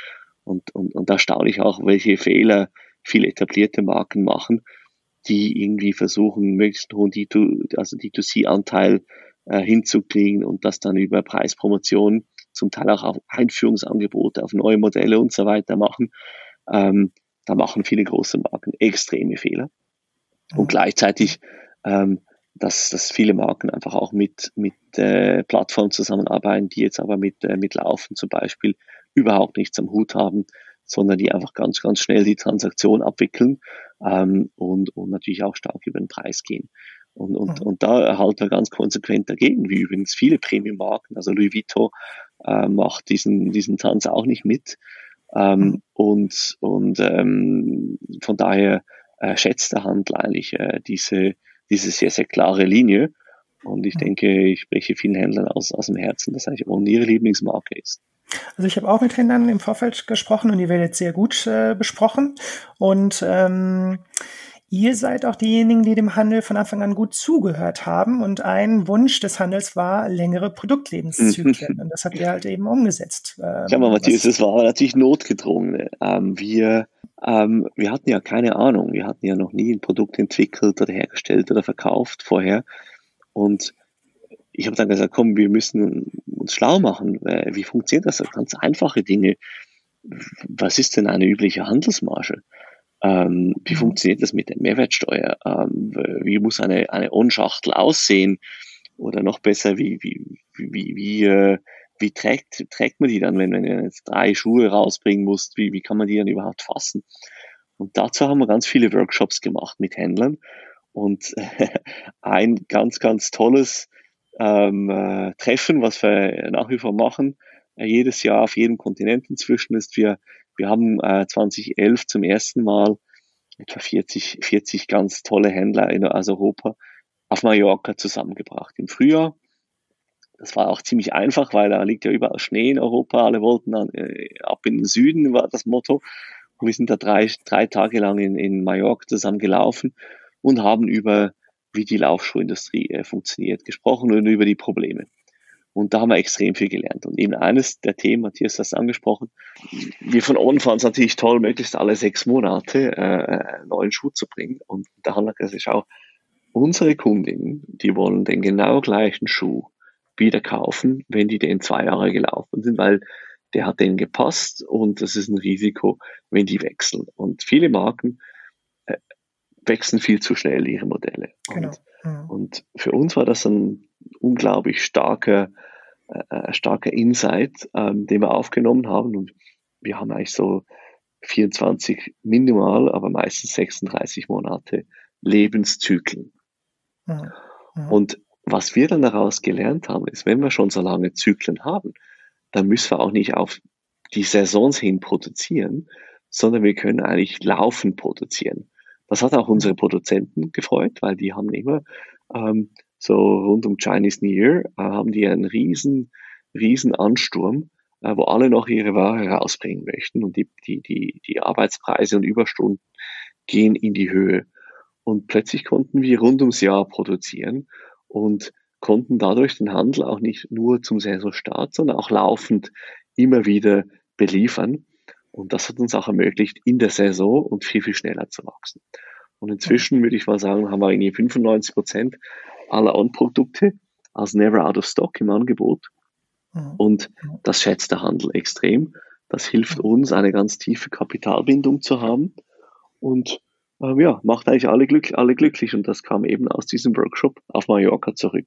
Und, und, und da staune ich auch, welche Fehler viele etablierte Marken machen, die irgendwie versuchen, möglichst hohen D zwei, also D zwei C-Anteil äh, hinzukriegen und das dann über Preispromotion, zum Teil auch auf Einführungsangebote, auf neue Modelle und so weiter machen. Ähm, da machen viele große Marken extreme Fehler. Und gleichzeitig, ähm, dass, dass viele Marken einfach auch mit, mit äh, Plattformen zusammenarbeiten, die jetzt aber mit, äh, mit Laufen zum Beispiel überhaupt nichts am Hut haben, sondern die einfach ganz, ganz schnell die Transaktion abwickeln ähm, und, und natürlich auch stark über den Preis gehen. Und, und, mhm. und da halten wir ganz konsequent dagegen, wie übrigens viele Premium-Marken, also Louis Vuitton äh, macht diesen, diesen Tanz auch nicht mit. Ähm, mhm. Und, und ähm, von daher äh, schätzt der Handel eigentlich äh, diese, diese sehr, sehr klare Linie. Und ich mhm. denke, ich spreche vielen Händlern aus, aus dem Herzen, dass eigentlich auch ihre Lieblingsmarke ist. Also ich habe auch mit Händlern im Vorfeld gesprochen und die wird jetzt sehr gut äh, besprochen. Und ähm, ihr seid auch diejenigen, die dem Handel von Anfang an gut zugehört haben. Und ein Wunsch des Handels war längere Produktlebenszyklen. Und das habt ihr halt eben umgesetzt. Ähm, Schau mal, Matthias, das war natürlich notgedrungen. Ähm, wir, ähm, wir hatten ja keine Ahnung. Wir hatten ja noch nie ein Produkt entwickelt oder hergestellt oder verkauft vorher. Und ich habe dann gesagt, komm, wir müssen uns schlau machen. Wie funktioniert das? Ganz einfache Dinge. Was ist denn eine übliche Handelsmarge? Ähm, wie mhm. funktioniert das mit der Mehrwertsteuer? Ähm, wie muss eine, eine On-Schachtel aussehen? Oder noch besser, wie, wie, wie, wie, äh, wie trägt, trägt man die dann, wenn man jetzt drei Schuhe rausbringen muss? Wie, wie kann man die dann überhaupt fassen? Und dazu haben wir ganz viele Workshops gemacht mit Händlern. Und äh, ein ganz, ganz tolles Ähm, äh, Treffen, was wir nach wie vor machen, äh, jedes Jahr auf jedem Kontinent inzwischen ist, wir, wir haben äh, zwanzig elf zum ersten Mal etwa vierzig, vierzig ganz tolle Händler in aus Europa auf Mallorca zusammengebracht. Im Frühjahr, das war auch ziemlich einfach, weil da liegt ja überall Schnee in Europa, alle wollten dann, äh, ab in den Süden, war das Motto. Und wir sind da drei, drei Tage lang in, in Mallorca zusammen gelaufen und haben über wie die Laufschuhindustrie äh, funktioniert, gesprochen und über die Probleme. Und da haben wir extrem viel gelernt. Und eben eines der Themen, Matthias hat es angesprochen, wir von On fanden es natürlich toll, möglichst alle sechs Monate äh, einen neuen Schuh zu bringen. Und da haben wir gesagt, schau, unsere Kundinnen, die wollen den genau gleichen Schuh wieder kaufen, wenn die den zwei Jahre gelaufen sind, weil der hat denen gepasst und das ist ein Risiko, wenn die wechseln. Und viele Marken äh, wechseln viel zu schnell ihre Modelle. Genau. Und, ja. und für uns war das ein unglaublich starker, äh, starker Insight, ähm, den wir aufgenommen haben. Und wir haben eigentlich so vierundzwanzig minimal, aber meistens sechsunddreißig Monate Lebenszyklen. Ja. Ja. Und was wir dann daraus gelernt haben, ist, wenn wir schon so lange Zyklen haben, dann müssen wir auch nicht auf die Saisons hin produzieren, sondern wir können eigentlich laufend produzieren. Das hat auch unsere Produzenten gefreut, weil die haben immer ähm, so rund um Chinese New Year äh, haben die einen riesen, riesen Ansturm, äh, wo alle noch ihre Ware rausbringen möchten und die, die, die, die Arbeitspreise und Überstunden gehen in die Höhe. Und plötzlich konnten wir rund ums Jahr produzieren und konnten dadurch den Handel auch nicht nur zum Saisonstart, sondern auch laufend immer wieder beliefern. Und das hat uns auch ermöglicht, in der Saison und viel, viel schneller zu wachsen. Und inzwischen würde ich mal sagen, haben wir irgendwie fünfundneunzig Prozent aller On-Produkte als Never Out of Stock im Angebot. Und das schätzt der Handel extrem. Das hilft uns, eine ganz tiefe Kapitalbindung zu haben. Und ähm, ja, macht eigentlich alle, glück, alle glücklich. Und das kam eben aus diesem Workshop auf Mallorca zurück.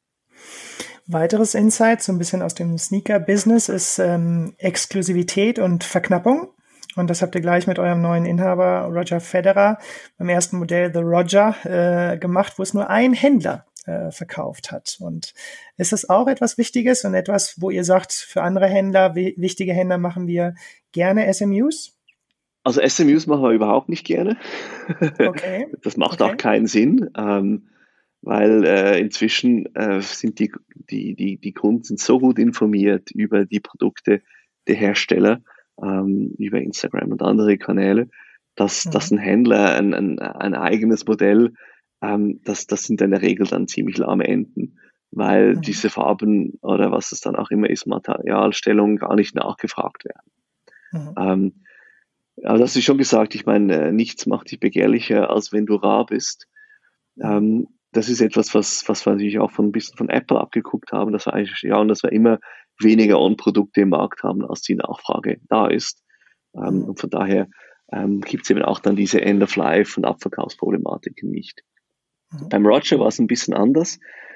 Weiteres Insight, so ein bisschen aus dem Sneaker-Business, ist ähm, Exklusivität und Verknappung. Und das habt ihr gleich mit eurem neuen Inhaber Roger Federer beim ersten Modell The Roger äh, gemacht, wo es nur ein Händler äh, verkauft hat. Und ist das auch etwas Wichtiges und etwas, wo ihr sagt, für andere Händler, w- wichtige Händler machen wir gerne S M Us? Also S M Us machen wir überhaupt nicht gerne. Okay. Das macht okay. auch keinen Sinn. Ähm, weil äh, inzwischen äh, sind die, die, die, die Kunden sind so gut informiert über die Produkte der Hersteller, ähm, über Instagram und andere Kanäle, dass, mhm. dass ein Händler ein, ein, ein eigenes Modell, ähm, das, das sind in der Regel dann ziemlich lahme Enden, weil diese Farben oder was es dann auch immer ist, Materialstellung gar nicht nachgefragt werden. Mhm. Ähm, aber das ist schon gesagt, ich meine, nichts macht dich begehrlicher, als wenn du rar bist. Mhm. Ähm, das ist etwas, was, was wir natürlich auch von ein bisschen von Apple abgeguckt haben, dass wir eigentlich ja, und dass wir immer weniger On-Produkte im Markt haben, als die Nachfrage da ist. Ähm, Mhm. und von daher ähm, gibt es eben auch dann diese End-of-Life- und Abverkaufsproblematiken nicht. Mhm. Beim Roger war es ein bisschen anders.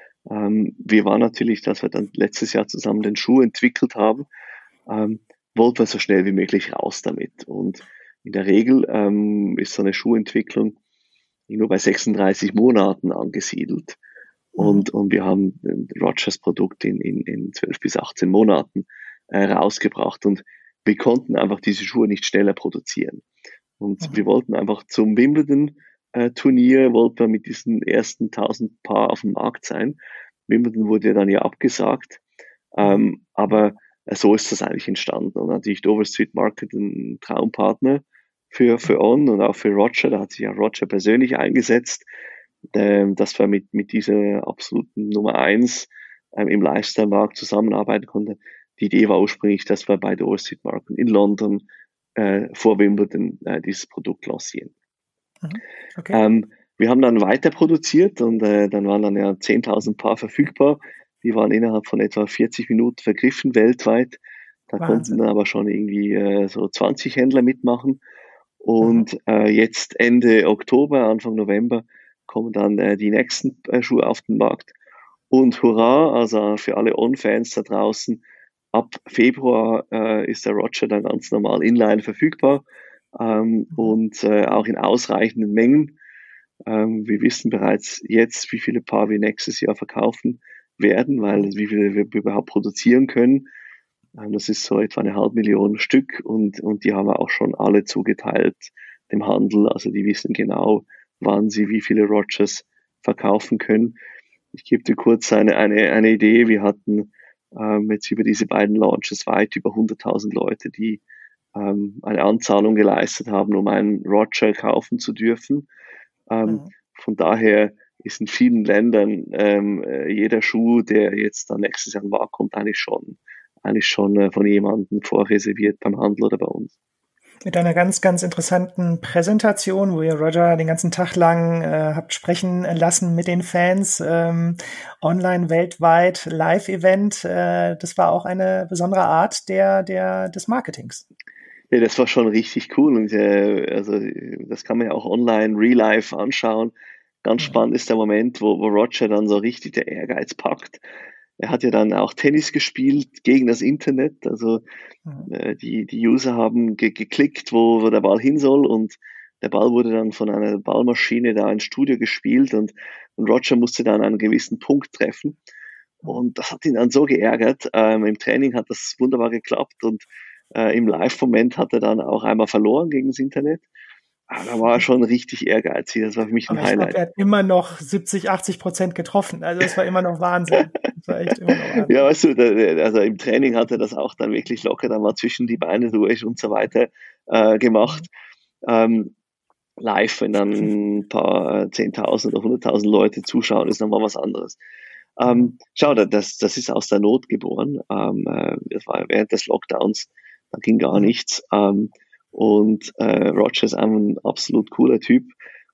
Ähm, wir waren natürlich, dass wir dann letztes Jahr zusammen den Schuh entwickelt haben, ähm, wollten wir so schnell wie möglich raus damit. Und in der Regel ähm, ist so eine Schuhentwicklung nur bei sechsunddreißig Monaten angesiedelt. Mhm. Und, und wir haben Rogers Produkt in, in, in zwölf bis achtzehn Monaten äh, rausgebracht. Und wir konnten einfach diese Schuhe nicht schneller produzieren. Und Mhm. wir wollten einfach zum Wimbledon-Turnier, wollten wir mit diesen ersten tausend Paar auf dem Markt sein. Wimbledon wurde ja dann ja abgesagt. Mhm. Ähm, aber äh, so ist das eigentlich entstanden. Und natürlich Dover Street Market ein Traumpartner für, für On und auch für Roger. Da hat sich ja Roger persönlich eingesetzt, ähm, dass wir mit, mit dieser absoluten Nummer eins ähm, im Lifestyle-Markt zusammenarbeiten konnten. Die Idee war ursprünglich, dass wir bei Dover Street Market in London äh, vor Wimbledon äh, dieses Produkt lancieren. Mhm. Okay. Ähm, wir haben dann weiter produziert und äh, dann waren dann ja zehntausend Paar verfügbar. Die waren innerhalb von etwa vierzig Minuten vergriffen weltweit. Da konnten Wahnsinn. dann aber schon irgendwie äh, so zwanzig Händler mitmachen. Mhm. Und äh, jetzt Ende Oktober, Anfang November kommen dann äh, die nächsten äh, Schuhe auf den Markt. Und hurra, also für alle On-Fans da draußen, ab Februar äh, ist der Roger dann ganz normal inline verfügbar ähm, Mhm. und äh, auch in ausreichenden Mengen. Ähm, wir wissen bereits jetzt, wie viele Paar wir nächstes Jahr verkaufen werden, weil Mhm. wie viele wir überhaupt produzieren können. Ähm, das ist so etwa eine halbe Million Stück und, und die haben wir auch schon alle zugeteilt dem Handel. Also die wissen genau, wann sie wie viele Rogers verkaufen können. Ich gebe dir kurz eine, eine, eine Idee. Wir hatten ähm, jetzt über diese beiden Launches weit über hunderttausend Leute, die ähm, eine Anzahlung geleistet haben, um einen Roger kaufen zu dürfen. Ähm, Mhm. von daher ist in vielen Ländern ähm, äh, jeder Schuh, der jetzt dann nächstes Jahr am Markt kommt, eigentlich schon, eigentlich schon äh, von jemandem vorreserviert beim Handel oder bei uns. Mit einer ganz, ganz interessanten Präsentation, wo ihr Roger den ganzen Tag lang äh, habt sprechen lassen mit den Fans, ähm, online, weltweit, Live-Event. Äh, das war auch eine besondere Art der, der, des Marketings. Ja, das war schon richtig cool und äh, also das kann man ja auch online, real life anschauen. Ganz Mhm. spannend ist der Moment, wo, wo Roger dann so richtig der Ehrgeiz packt. Er hat ja dann auch Tennis gespielt gegen das Internet. Also Mhm. äh, die, die User haben ge geklickt, wo, wo der Ball hin soll und der Ball wurde dann von einer Ballmaschine da ins Studio gespielt und, und Roger musste dann einen gewissen Punkt treffen. Mhm. Und das hat ihn dann so geärgert. Ähm, Im Training hat das wunderbar geklappt und äh, im Live-Moment hat er dann auch einmal verloren gegen das Internet. Aber da war er schon richtig ehrgeizig. Das war für mich ein Aber ich glaube, Highlight. er hat immer noch siebzig, achtzig Prozent getroffen. Also es war immer noch Wahnsinn. Das war echt immer noch Ja, Wahnsinn. weißt du, der, also im Training hat er das auch dann wirklich locker dann mal zwischen die Beine durch und so weiter äh, gemacht. Mhm. Ähm, live, wenn dann ein paar äh, zehntausend oder hunderttausend Leute zuschauen, ist nochmal was anderes. Mhm. Ähm, schau, das, das ist aus der Not geboren. Ähm, äh, das war während des Lockdowns, da ging gar Mhm. nichts. Ähm, und äh, Roger ist einfach ein absolut cooler Typ.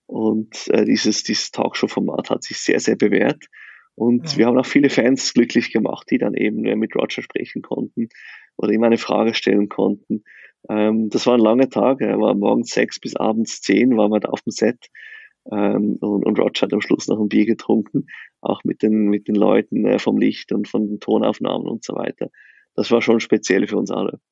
Und äh, dieses, dieses Talkshow-Format hat sich sehr, sehr bewährt. Und wir Mhm. haben auch viele Fans glücklich gemacht, die dann eben äh, mit Roger sprechen konnten oder ihm eine Frage stellen konnten. Ähm, das war ein langer Tag. Er war morgens sechs bis abends zehn, waren wir da auf dem Set. Ähm, und, und Roger hat am Schluss noch ein Bier getrunken, auch mit den, mit den Leuten äh, vom Licht und von den Tonaufnahmen und so weiter. Das war schon speziell für uns alle.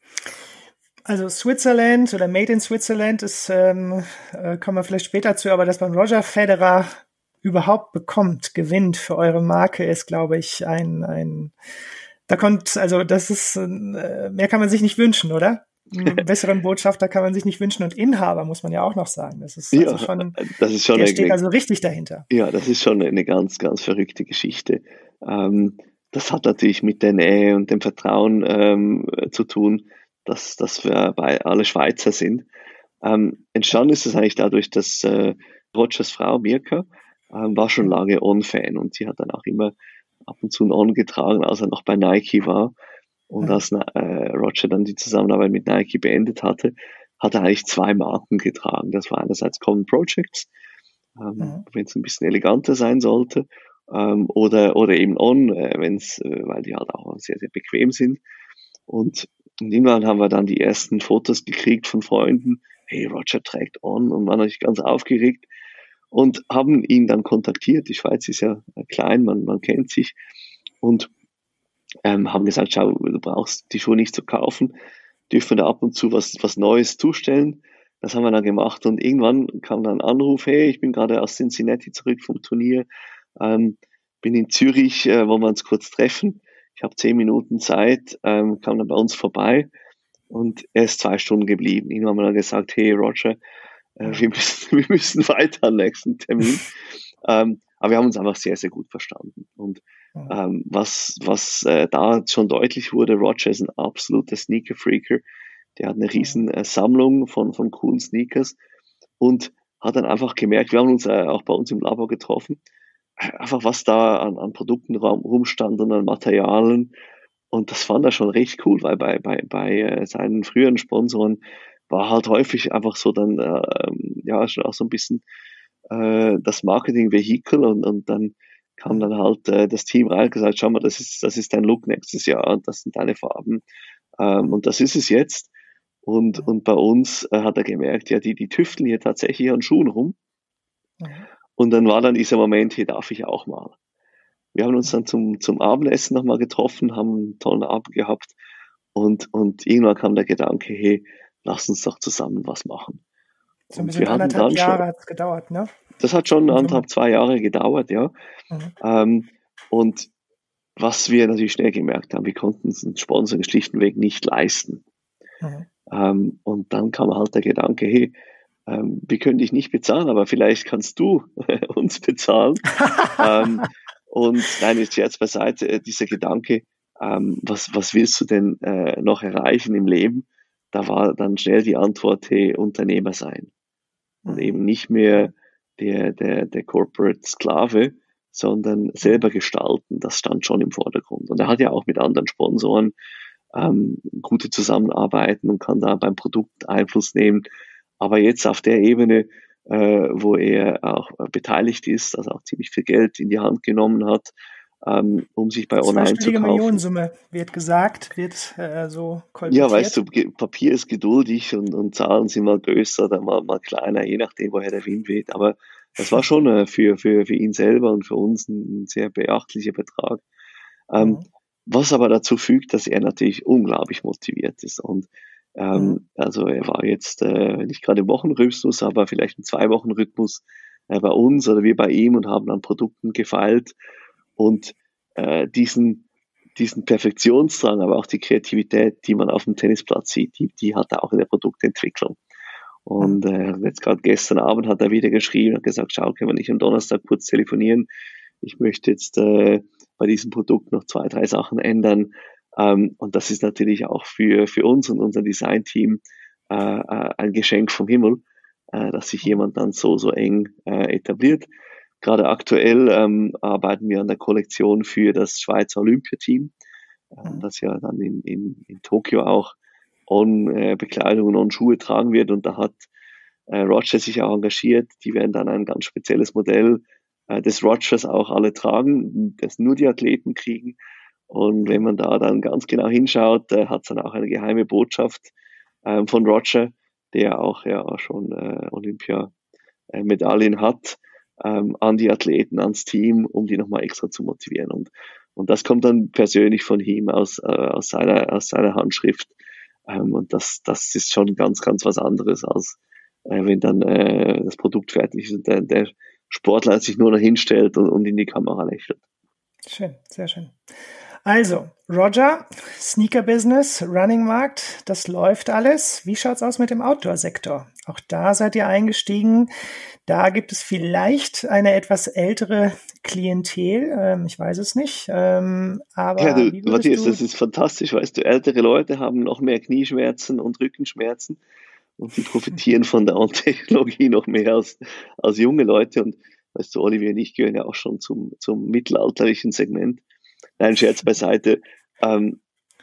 Also Switzerland oder Made in Switzerland ist, ähm, äh, kommen wir vielleicht später zu, aber dass man Roger Federer überhaupt bekommt, gewinnt für eure Marke, ist, glaube ich, ein, ein, da kommt, also das ist, äh, mehr kann man sich nicht wünschen, oder? Einen besseren Botschafter kann man sich nicht wünschen und Inhaber muss man ja auch noch sagen. Das ist also Ja, schon, das ist schon der eine, steht eine also richtig dahinter. ja, das ist schon eine ganz, ganz verrückte Geschichte. Ähm, das hat natürlich mit der Nähe und dem Vertrauen ähm, zu tun, dass, dass wir bei alle Schweizer sind. Ähm, entstanden ist es eigentlich dadurch, dass äh, Rogers Frau Mirka ähm, war schon lange On-Fan und sie hat dann auch immer ab und zu ein On getragen, als er noch bei Nike war. Und als äh, Roger dann die Zusammenarbeit mit Nike beendet hatte, hat er eigentlich zwei Marken getragen. Das war einerseits Common Projects, ähm, Mhm. wenn es ein bisschen eleganter sein sollte, ähm, oder, oder eben On, äh, wenn's, äh, weil die halt auch sehr, sehr bequem sind. Und, und irgendwann haben wir dann die ersten Fotos gekriegt von Freunden. Hey, Roger trägt On, und waren natürlich ganz aufgeregt und haben ihn dann kontaktiert. Die Schweiz ist ja klein, man, man kennt sich, und ähm, haben gesagt, schau, du brauchst die Schuhe nicht zu kaufen, dürfen wir da ab und zu was, was Neues zustellen. Das haben wir dann gemacht, und irgendwann kam dann ein Anruf: hey, ich bin gerade aus Cincinnati zurück vom Turnier, ähm, bin in Zürich, äh, wollen wir uns kurz treffen? Ich habe zehn Minuten Zeit, ähm, kam dann bei uns vorbei, und er ist zwei Stunden geblieben. Irgendwann haben wir dann gesagt: hey Roger, äh, wir, müssen, wir müssen weiter am nächsten Termin. ähm, aber wir haben uns einfach sehr, sehr gut verstanden. Und ähm, was, was äh, da schon deutlich wurde: Roger ist ein absoluter Sneaker-Freaker. Der hat eine riesen äh, Sammlung von, von coolen Sneakers, und hat dann einfach gemerkt, wir haben uns äh, auch bei uns im Labor getroffen, einfach was da an, an Produkten rum, rumstand und an Materialien. Und das fand er schon recht cool, weil bei, bei, bei äh, seinen früheren Sponsoren war halt häufig einfach so dann, äh, ja, schon auch so ein bisschen äh, das Marketing-Vehikel, und, und dann kam dann halt äh, das Team rein und gesagt: schau mal, das ist, das ist dein Look nächstes Jahr, und das sind deine Farben, ähm, und das ist es jetzt. Und, und bei uns äh, hat er gemerkt, ja, die, die tüfteln hier tatsächlich an Schuhen rum. Und dann war dann dieser Moment: hier darf ich auch mal. Wir haben uns dann zum, zum Abendessen nochmal getroffen, haben einen tollen Abend gehabt, und, und irgendwann kam der Gedanke: hey, lass uns doch zusammen was machen. So ein Und bisschen wir hatten anderthalb dann Jahre schon, hat es gedauert, ne? das hat schon In Summe. anderthalb, zwei Jahre gedauert, ja. Mhm. Ähm, und was wir natürlich schnell gemerkt haben: wir konnten uns ein Sponsoring schlichtweg nicht leisten. Mhm. Ähm, und dann kam halt der Gedanke: hey, ähm, wir können dich nicht bezahlen, aber vielleicht kannst du uns bezahlen. ähm, und nein, jetzt Scherz beiseite, äh, dieser Gedanke, ähm, was, was willst du denn äh, noch erreichen im Leben? Da war dann schnell die Antwort: hey, Unternehmer sein. Und Mhm. eben nicht mehr der, der, der Corporate Sklave, sondern selber gestalten. Das stand schon im Vordergrund. Und er hat ja auch mit anderen Sponsoren ähm, gute Zusammenarbeiten und kann da beim Produkt Einfluss nehmen. Aber jetzt auf der Ebene, äh, wo er auch äh, beteiligt ist, also auch ziemlich viel Geld in die Hand genommen hat, ähm, um sich bei On Zweistellige einzukaufen. Millionensumme wird gesagt, wird äh, so Ja, weißt kolportiert. du, Papier ist geduldig, und, und Zahlen sind mal größer oder mal, mal kleiner, je nachdem, woher der Wind weht. Aber das war schon äh, für, für, für ihn selber und für uns ein, ein sehr beachtlicher Betrag. Ähm, Mhm. was aber dazu fügt, dass er natürlich unglaublich motiviert ist. Und Mhm. ähm, also er war jetzt äh, nicht gerade im Wochenrhythmus, aber vielleicht im Zwei-Wochen-Rhythmus äh, bei uns oder wir bei ihm, und haben an Produkten gefeilt. Und äh, diesen, diesen Perfektionsdrang, aber auch die Kreativität, die man auf dem Tennisplatz sieht, die, die hat er auch in der Produktentwicklung. Und äh, jetzt gerade gestern Abend hat er wieder geschrieben und gesagt: schau, können wir nicht am Donnerstag kurz telefonieren? Ich möchte jetzt äh, bei diesem Produkt noch zwei, drei Sachen ändern. Ähm, und das ist natürlich auch für, für uns und unser Designteam äh, äh, ein Geschenk vom Himmel, äh, dass sich jemand dann so, so eng äh, etabliert. Gerade aktuell ähm, arbeiten wir an der Kollektion für das Schweizer Olympiateam, ähm, das ja dann in, in, in Tokio auch On-Bekleidung und On-Schuhe tragen wird. Und da hat äh, Roger sich auch engagiert. Die werden dann ein ganz spezielles Modell äh, des Rogers auch alle tragen, das nur die Athleten kriegen. Und wenn man da dann ganz genau hinschaut, äh, hat es dann auch eine geheime Botschaft ähm, von Roger, der auch ja schon äh, Olympia-Medaillen hat, ähm, an die Athleten, ans Team, um die nochmal extra zu motivieren. Und, und das kommt dann persönlich von ihm aus, äh, aus, seiner, aus seiner Handschrift. Ähm, und das, das ist schon ganz, ganz was anderes, als äh, wenn dann äh, das Produkt fertig ist und der, der Sportler sich nur noch hinstellt und, und in die Kamera lächelt. Schön, sehr schön. Also, Roger, Sneaker-Business, Running-Markt, das läuft alles. Wie schaut's aus mit dem Outdoor-Sektor? Auch da seid ihr eingestiegen. Da gibt es vielleicht eine etwas ältere Klientel, ähm, ich weiß es nicht. Ähm, aber ja, du, wie würdest Matthias, du... das ist fantastisch, weißt du, ältere Leute haben noch mehr Knieschmerzen und Rückenschmerzen, und die profitieren von der On-Technologie noch mehr als, als junge Leute. Und weißt du, Olivier und ich gehören ja auch schon zum, zum mittelalterlichen Segment. Nein, Scherz beiseite. Ähm,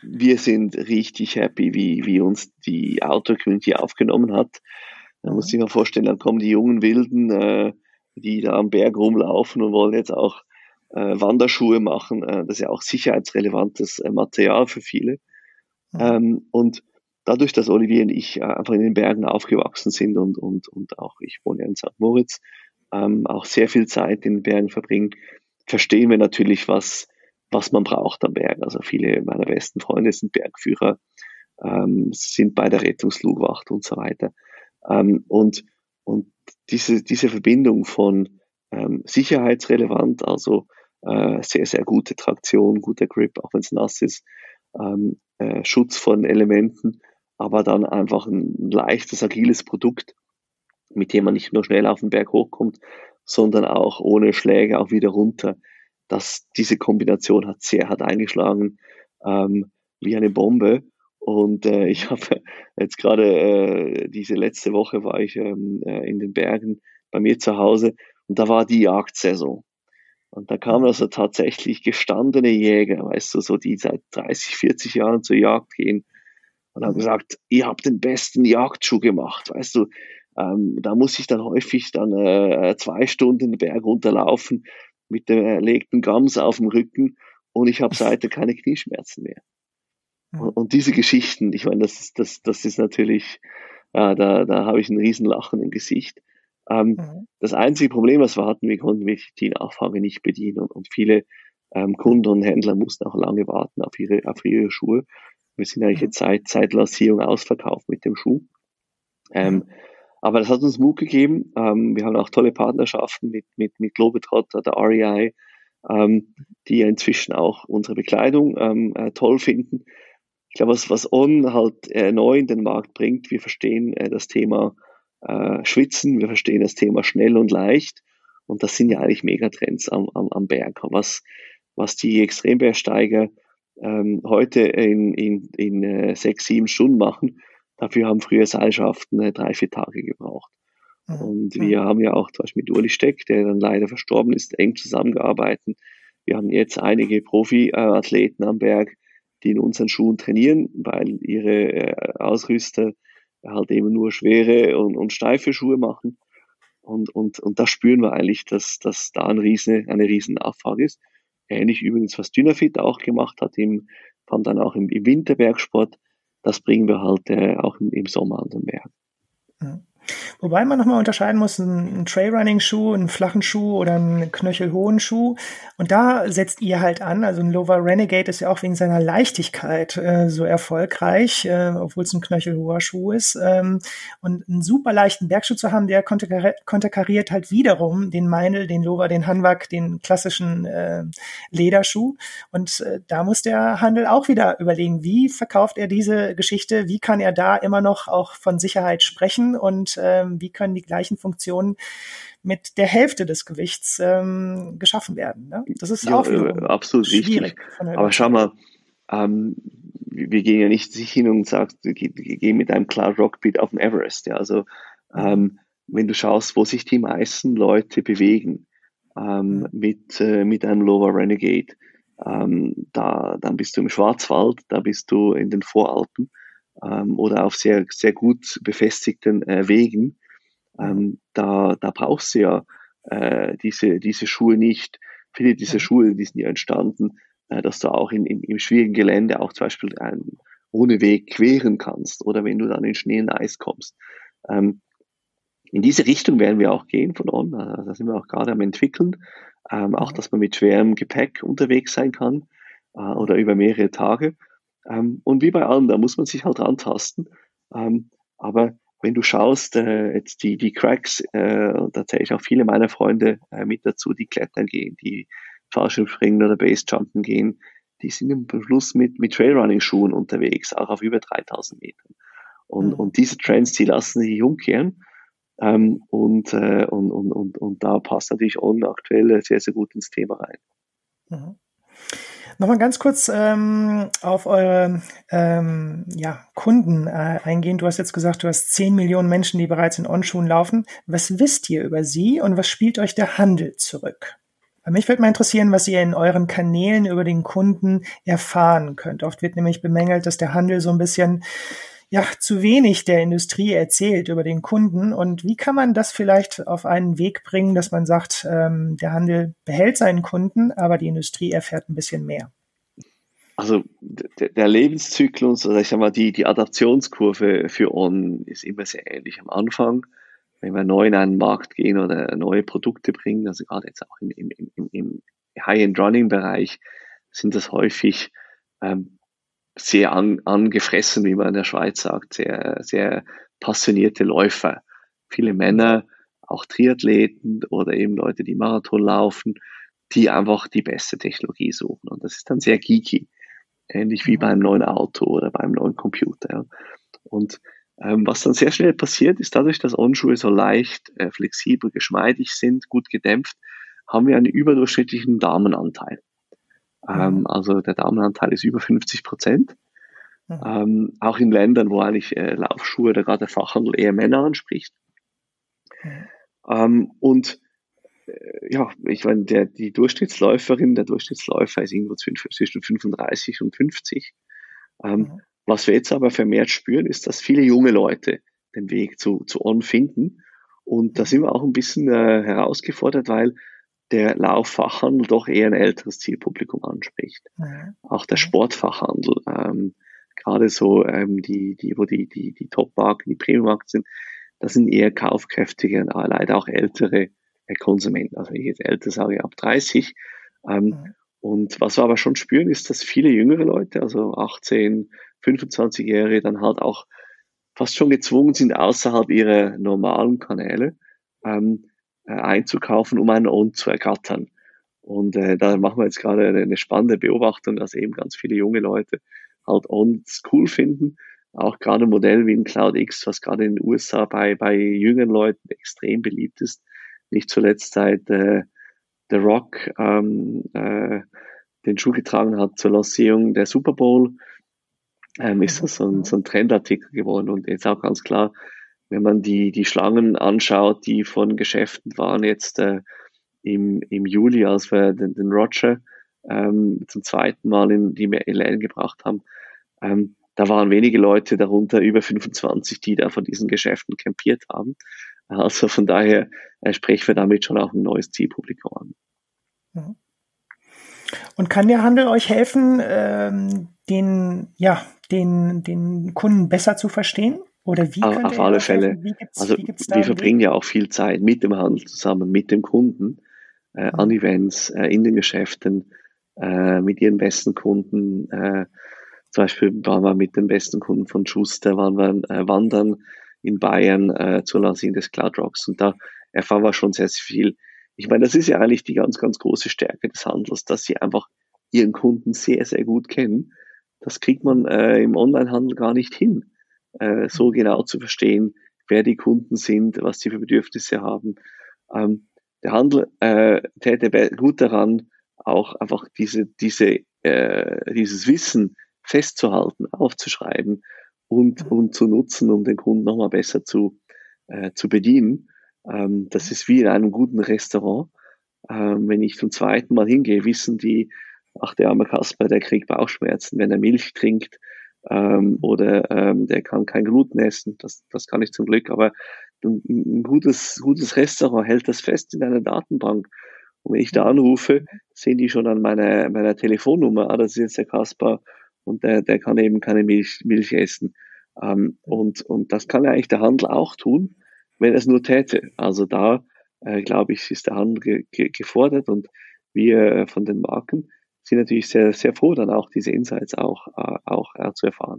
wir sind richtig happy, wie, wie uns die Outdoor-Community aufgenommen hat. Da muss ich mir vorstellen, dann kommen die jungen Wilden, äh, die da am Berg rumlaufen und wollen jetzt auch äh, Wanderschuhe machen. Äh, das ist ja auch sicherheitsrelevantes äh, Material für viele. Mhm. Ähm, und dadurch, dass Olivier und ich äh, einfach in den Bergen aufgewachsen sind und, und, und auch ich wohne ja in Sankt Moritz, ähm, auch sehr viel Zeit in den Bergen verbringen, verstehen wir natürlich, was, was man braucht am Berg. Also viele meiner besten Freunde sind Bergführer, ähm, sind bei der Rettungslugwacht und so weiter. Ähm, und, und diese, diese Verbindung von ähm, sicherheitsrelevant, also äh, sehr, sehr gute Traktion, guter Grip, auch wenn es nass ist, ähm, äh, Schutz von Elementen, aber dann einfach ein leichtes, agiles Produkt, mit dem man nicht nur schnell auf den Berg hochkommt, sondern auch ohne Schläge auch wieder runter. Das, diese Kombination hat sehr hart eingeschlagen, ähm, wie eine Bombe. Und äh, ich habe jetzt gerade äh, diese letzte Woche war ich ähm, äh, in den Bergen bei mir zu Hause und da war die Jagdsaison. Und da kamen also tatsächlich gestandene Jäger, weißt du, so die seit dreißig, vierzig Jahren zur Jagd gehen und haben gesagt, ihr habt den besten Jagdschuh gemacht, weißt du. Ähm, da muss ich dann häufig dann äh, zwei Stunden den Berg runterlaufen mit der erlegten Gams auf dem Rücken und ich habe seitdem keine Knieschmerzen mehr. Und, und diese Geschichten, ich meine, das, das, das ist natürlich, ja, da, da habe ich ein Riesenlachen im Gesicht. Ähm, mhm. Das einzige Problem, was wir hatten, wir konnten wirklich die Nachfrage nicht bedienen und, und viele ähm, Kunden und Händler mussten auch lange warten auf ihre, auf ihre Schuhe. Wir sind eigentlich jetzt seit, seit Lancierung ausverkauft mit dem Schuh. Ähm, mhm. Aber das hat uns Mut gegeben. Ähm, wir haben auch tolle Partnerschaften mit, mit, mit Globetrotter, der R E I, ähm, die ja inzwischen auch unsere Bekleidung ähm, äh, toll finden. Ich glaube, was, was On halt äh, neu in den Markt bringt, wir verstehen äh, das Thema äh, Schwitzen, wir verstehen das Thema schnell und leicht. Und das sind ja eigentlich Megatrends am, am, am Berg. Was, was die Extrembergsteiger ähm, heute in, in, in äh, sechs, sieben Stunden machen, dafür haben früher Seilschaften äh, drei, vier Tage gebraucht. Mhm. Und wir haben ja auch zum Beispiel mit Uli Steck, der dann leider verstorben ist, eng zusammengearbeitet. Wir haben jetzt einige Profi-Athleten am Berg, die in unseren Schuhen trainieren, weil ihre äh, Ausrüster halt eben nur schwere und, und steife Schuhe machen. Und, und, und da spüren wir eigentlich, dass, dass da ein riesen, eine riesen Nachfrage ist. Ähnlich übrigens, was Dynafit auch gemacht hat, im, fand dann auch im, im Winterbergsport. Das bringen wir halt äh, auch im, im Sommer an den Berg. Ja. Wobei man nochmal unterscheiden muss, einen Trailrunning-Schuh, einen flachen Schuh oder einen knöchelhohen Schuh. Und da setzt ihr halt an. Also ein Lova Renegade ist ja auch wegen seiner Leichtigkeit äh, so erfolgreich, äh, obwohl es ein knöchelhoher Schuh ist. Ähm, und einen super leichten Bergschuh zu haben, der konterkariert halt wiederum den Meinl, den Lova, den Hanwag, den klassischen äh, Lederschuh. Und äh, da muss der Handel auch wieder überlegen, wie verkauft er diese Geschichte, wie kann er da immer noch auch von Sicherheit sprechen und ähm, wie können die gleichen Funktionen mit der Hälfte des Gewichts ähm, geschaffen werden. Ne? Das ist ja, auch äh, absolut schwierig. Richtig. Aber schau mal, ähm, wir gehen ja nicht sich hin und sagst, wir gehen mit einem Cloud Rockbeat auf den Everest. Ja? Also ähm, wenn du schaust, wo sich die meisten Leute bewegen ähm, mhm. mit, äh, mit einem Lova Renegade, ähm, da, dann bist du im Schwarzwald, da bist du in den Voralpen ähm, oder auf sehr, sehr gut befestigten äh, Wegen. Ähm, da, da brauchst du ja äh, diese, diese Schuhe nicht. Viele dieser Schuhe, die sind ja entstanden, äh, dass du auch in, in, im schwierigen Gelände auch zum Beispiel einen ohne Weg queren kannst oder wenn du dann in Schnee und Eis kommst. Ähm, in diese Richtung werden wir auch gehen von On. Da sind wir auch gerade am entwickeln. Ähm, auch, dass man mit schwerem Gepäck unterwegs sein kann äh, oder über mehrere Tage. Ähm, und wie bei allem, da muss man sich halt rantasten. Ähm, aber wenn du schaust, äh, jetzt die, die Cracks, äh, und da zähle ich auch viele meiner Freunde äh, mit dazu, die klettern gehen, die Fallschirmspringen oder Basejumpen gehen, die sind im Schluss mit, mit Trailrunning-Schuhen unterwegs, auch auf über dreitausend Metern. Und, mhm. und diese Trends, die lassen sich umkehren. Ähm, und, äh, und, und, und, und da passt natürlich On aktuell sehr, sehr gut ins Thema rein. Mhm. Nochmal ganz kurz ähm, auf eure ähm, ja, Kunden äh, eingehen. Du hast jetzt gesagt, du hast zehn Millionen Menschen, die bereits in On-Schuhen laufen. Was wisst ihr über sie und was spielt euch der Handel zurück? Mich würde mal interessieren, was ihr in euren Kanälen über den Kunden erfahren könnt. Oft wird nämlich bemängelt, dass der Handel so ein bisschen ja zu wenig der Industrie erzählt über den Kunden. Und wie kann man das vielleicht auf einen Weg bringen, dass man sagt, ähm, der Handel behält seinen Kunden, aber die Industrie erfährt ein bisschen mehr? Also der, der Lebenszyklus, oder ich sag mal, die, die Adaptionskurve für On ist immer sehr ähnlich am Anfang. Wenn wir neu in einen Markt gehen oder neue Produkte bringen, also gerade jetzt auch im, im, im, im High-End-Running-Bereich, sind das häufig ähm, sehr an, angefressen, wie man in der Schweiz sagt, sehr, sehr passionierte Läufer. Viele Männer, auch Triathleten oder eben Leute, die Marathon laufen, die einfach die beste Technologie suchen. Und das ist dann sehr geeky, ähnlich wie beim neuen Auto oder beim neuen Computer. Ja. Und ähm, was dann sehr schnell passiert, ist dadurch, dass On-Schuhe so leicht, äh, flexibel, geschmeidig sind, gut gedämpft, haben wir einen überdurchschnittlichen Damenanteil. Ähm, also der Damenanteil ist über fünfzig Prozent. Mhm. Ähm, auch in Ländern, wo eigentlich äh, Laufschuhe oder gerade der Fachhandel eher Männer anspricht. Mhm. Ähm, und äh, ja, ich meine, der, die Durchschnittsläuferin, der Durchschnittsläufer ist irgendwo zwischen fünfunddreißig und fünfzig. Ähm, mhm. Was wir jetzt aber vermehrt spüren, ist, dass viele junge Leute den Weg zu, zu On finden. Und da sind wir auch ein bisschen äh, herausgefordert, weil der Lauffachhandel doch eher ein älteres Zielpublikum anspricht. Mhm. Auch der Sportfachhandel, ähm, gerade so ähm, die, die, wo die, die, die Top-Marken, die Premium-Marken sind, das sind eher kaufkräftige, leider auch ältere äh, Konsumenten. Also wenn ich jetzt älter sage, ab dreißig. Ähm, mhm. Und was wir aber schon spüren, ist, dass viele jüngere Leute, also achtzehn, fünfundzwanzigjährige, dann halt auch fast schon gezwungen sind, außerhalb ihrer normalen Kanäle ähm, äh, einzukaufen, um einen On zu ergattern. Und äh, da machen wir jetzt gerade eine, eine spannende Beobachtung, dass eben ganz viele junge Leute halt Ons cool finden. Auch gerade ein Modell wie ein Cloud X, was gerade in den U S A bei, bei jüngeren Leuten extrem beliebt ist. Nicht zuletzt seit äh, The Rock ähm, äh, den Schuh getragen hat zur Lancierung der Super Bowl, ähm, ist das so ein, so ein Trendartikel geworden. Und jetzt auch ganz klar, wenn man die, die Schlangen anschaut, die von Geschäften waren jetzt äh, im, im Juli, als wir den, den Roger ähm, zum zweiten Mal in die Läden gebracht haben, ähm, da waren wenige Leute darunter, über fünfundzwanzig, die da von diesen Geschäften campiert haben. Also von daher äh, sprechen wir damit schon auch ein neues Zielpublikum an. Und kann der Handel euch helfen, ähm, den, ja, den, den Kunden besser zu verstehen? Oder wie auf, auf alle Fälle. Wie gibt's, also wie wir verbringen ja auch viel Zeit mit dem Handel zusammen, mit dem Kunden, äh, mhm. an Events, äh, in den Geschäften, äh, mit ihren besten Kunden. Äh, zum Beispiel waren wir mit den besten Kunden von Schuster, waren wir äh, wandern in Bayern äh, zur Lancierung des Cloud Rocks. Und da erfahren wir schon sehr, sehr viel. Ich meine, das ist ja eigentlich die ganz, ganz große Stärke des Handels, dass sie einfach ihren Kunden sehr, sehr gut kennen. Das kriegt man äh, im Onlinehandel gar nicht hin, äh, so genau zu verstehen, wer die Kunden sind, was sie für Bedürfnisse haben. Ähm, der Handel äh, täte gut daran, auch einfach diese, diese, äh, dieses Wissen festzuhalten, aufzuschreiben und, und zu nutzen, um den Kunden nochmal besser zu, äh, zu bedienen. Ähm, das ist wie in einem guten Restaurant. Ähm, wenn ich zum zweiten Mal hingehe, wissen die, ach, der arme Kasper, der kriegt Bauchschmerzen, wenn er Milch trinkt, ähm, oder ähm, der kann kein Gluten essen. Das, das kann ich zum Glück. Aber ein, ein gutes, gutes Restaurant hält das fest in einer Datenbank. Und wenn ich da anrufe, sehen die schon an meiner, meiner Telefonnummer, ah, das ist jetzt der Kasper und der, der kann eben keine Milch, Milch essen. Ähm, und, und das kann eigentlich der Handel auch tun, wenn er es nur täte. Also da, äh, glaube ich, ist der Handel ge- ge- gefordert und wir äh, von den Marken sind natürlich sehr, sehr froh, dann auch diese Insights auch, äh, auch äh, zu erfahren.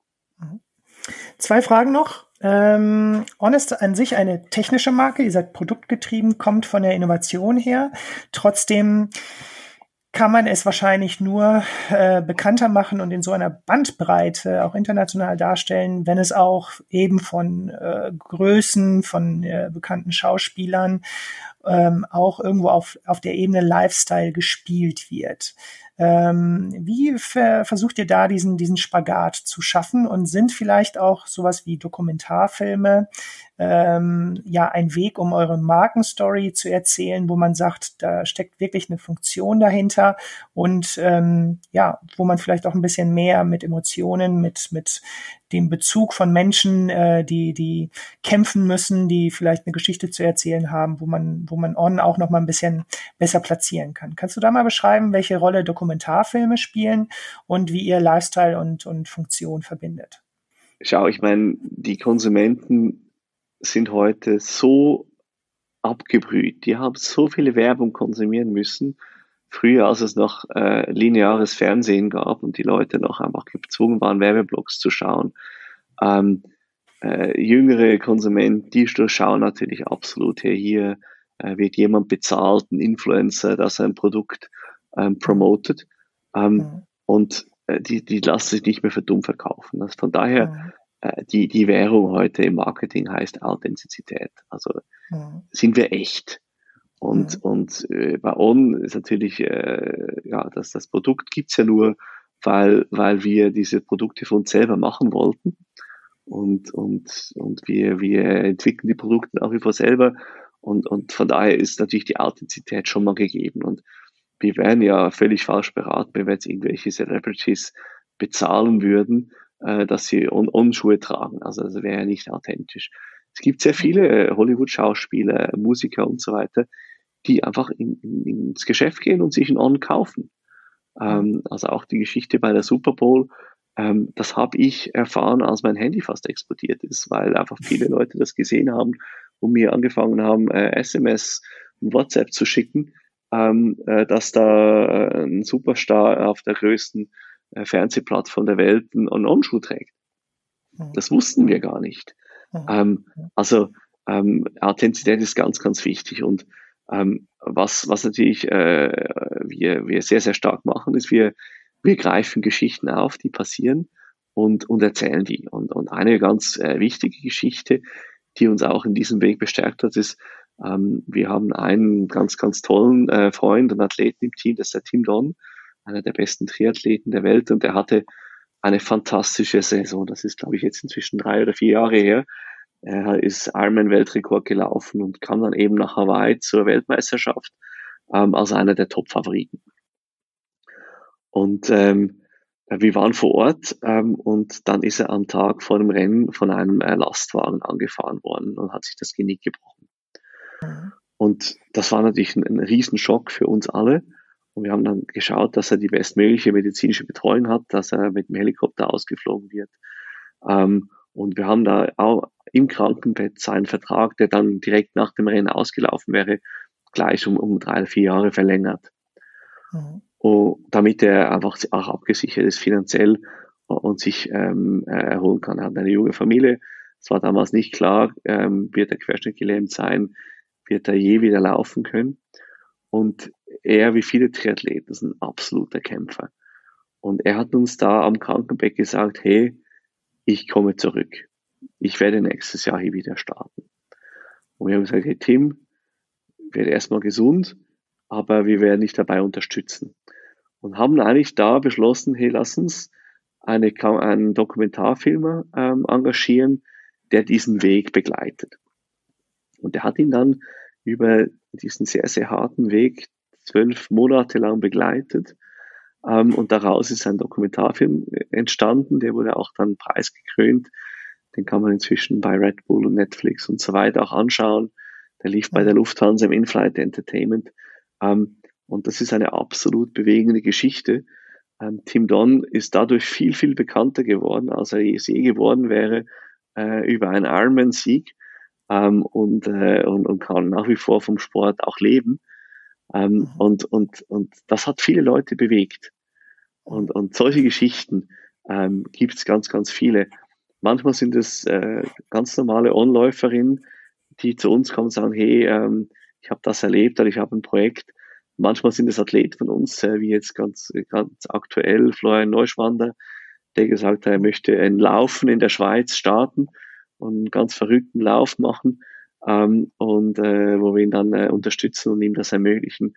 Zwei Fragen noch. Ähm, On ist an sich eine technische Marke, ihr seid produktgetrieben, kommt von der Innovation her. Trotzdem kann man es wahrscheinlich nur äh, bekannter machen und in so einer Bandbreite auch international darstellen, wenn es auch eben von äh, Größen, von äh, bekannten Schauspielern ähm, auch irgendwo auf, auf der Ebene Lifestyle gespielt wird. Ähm, wie ver versucht ihr da diesen, diesen Spagat zu schaffen und sind vielleicht auch sowas wie Dokumentarfilme ähm, ja ein Weg, um eure Markenstory zu erzählen, wo man sagt, da steckt wirklich eine Funktion dahinter und ähm, ja, wo man vielleicht auch ein bisschen mehr mit Emotionen, mit mit dem Bezug von Menschen, äh, die die kämpfen müssen, die vielleicht eine Geschichte zu erzählen haben, wo man wo man On auch noch mal ein bisschen besser platzieren kann. Kannst du da mal beschreiben, welche Rolle Dokumentarfilme spielen und wie ihr Lifestyle und und Funktion verbindet? Schau, ich meine, die Konsumenten sind heute so abgebrüht. Die haben so viele Werbung konsumieren müssen. Früher, als es noch äh, lineares Fernsehen gab und die Leute noch einfach gezwungen waren, Werbeblocks zu schauen. Ähm, äh, jüngere Konsumenten, die schauen natürlich absolut, hey, hier äh, wird jemand bezahlt, ein Influencer, dass er ein Produkt ähm, promotet. Ähm, Mhm. und äh, die, die lassen sich nicht mehr für dumm verkaufen. Also von daher, Mhm. äh, die, die Währung heute im Marketing heißt Authentizität. Also Mhm. sind wir echt. Und, Mhm. und äh, bei On ist natürlich, äh, ja, das, das Produkt gibt's ja nur, weil, weil wir diese Produkte für uns selber machen wollten. Und, und, und wir, wir entwickeln die Produkte nach wie vor selber. Und, und von daher ist natürlich die Authentizität schon mal gegeben. Und wir wären ja völlig falsch beraten, wenn wir jetzt irgendwelche Celebrities bezahlen würden, äh, dass sie On- On-Schuhe tragen. Also das wäre ja nicht authentisch. Es gibt sehr viele äh, Hollywood-Schauspieler, Musiker und so weiter, die einfach in, in, ins Geschäft gehen und sich ein On kaufen. Mhm. Ähm, also auch die Geschichte bei der Super Bowl, ähm, das habe ich erfahren, als mein Handy fast explodiert ist, weil einfach viele Leute das gesehen haben und mir angefangen haben, äh, S M S und WhatsApp zu schicken, ähm, äh, dass da äh, ein Superstar auf der größten äh, Fernsehplattform der Welt einen On-Schuh trägt. Mhm. Das wussten wir gar nicht. Mhm. Ähm, also ähm, Authentizität ist ganz, ganz wichtig. Und ähm, was, was natürlich äh, wir, wir sehr, sehr stark machen, ist, wir, wir greifen Geschichten auf, die passieren und, und erzählen die. Und, und eine ganz äh, wichtige Geschichte, die uns auch in diesem Weg bestärkt hat, ist, ähm, wir haben einen ganz, ganz tollen äh, Freund und Athleten im Team, das ist der Tim Don, einer der besten Triathleten der Welt, und der hatte eine fantastische Saison. Das ist, glaube ich, jetzt inzwischen drei oder vier Jahre her. Er ist Ironman-Weltrekord gelaufen und kam dann eben nach Hawaii zur Weltmeisterschaft ähm, als einer der Top-Favoriten. Und ähm, wir waren vor Ort ähm, und dann ist er am Tag vor dem Rennen von einem äh, Lastwagen angefahren worden und hat sich das Genick gebrochen. Mhm. Und das war natürlich ein, ein Riesenschock für uns alle. Und wir haben dann geschaut, dass er die bestmögliche medizinische Betreuung hat, dass er mit dem Helikopter ausgeflogen wird. Ähm, und wir haben da auch im Krankenbett seinen Vertrag, der dann direkt nach dem Rennen ausgelaufen wäre, gleich um, um drei, vier Jahre verlängert. Mhm. Und damit er einfach auch abgesichert ist finanziell und sich ähm, erholen kann. Er hat eine junge Familie. Es war damals nicht klar, ähm, wird er querschnittgelähmt sein, wird er je wieder laufen können. Und er, wie viele Triathleten, ist ein absoluter Kämpfer. Und er hat uns da am Krankenbett gesagt, hey, ich komme zurück. Ich werde nächstes Jahr hier wieder starten. Und wir haben gesagt, hey Tim, werde erstmal gesund, aber wir werden dich dabei unterstützen. Und haben eigentlich da beschlossen, hey, lass uns eine, einen Dokumentarfilmer ähm, engagieren, der diesen Weg begleitet. Und der hat ihn dann über diesen sehr, sehr harten Weg zwölf Monate lang begleitet. Ähm, und daraus ist ein Dokumentarfilm entstanden, der wurde auch dann preisgekrönt. Den kann man inzwischen bei Red Bull und Netflix und so weiter auch anschauen. Der lief bei der Mhm. Lufthansa im In-Flight Entertainment. Ähm, und das ist eine absolut bewegende Geschichte. Ähm, Tim Don ist dadurch viel, viel bekannter geworden, als er je geworden wäre, äh, über einen Ironman-Sieg, ähm, und, äh, und, und kann nach wie vor vom Sport auch leben. Ähm, Mhm. und, und, und das hat viele Leute bewegt. Und, und solche Geschichten ähm, gibt es ganz, ganz viele. Manchmal sind es äh, ganz normale Onläuferinnen, die zu uns kommen und sagen, hey, ähm, ich habe das erlebt oder ich habe ein Projekt. Manchmal sind es Athleten von uns, äh, wie jetzt ganz, ganz aktuell Florian Neuschwander, der gesagt hat, er möchte ein Laufen in der Schweiz starten und einen ganz verrückten Lauf machen, ähm, und äh, wo wir ihn dann äh, unterstützen und ihm das ermöglichen.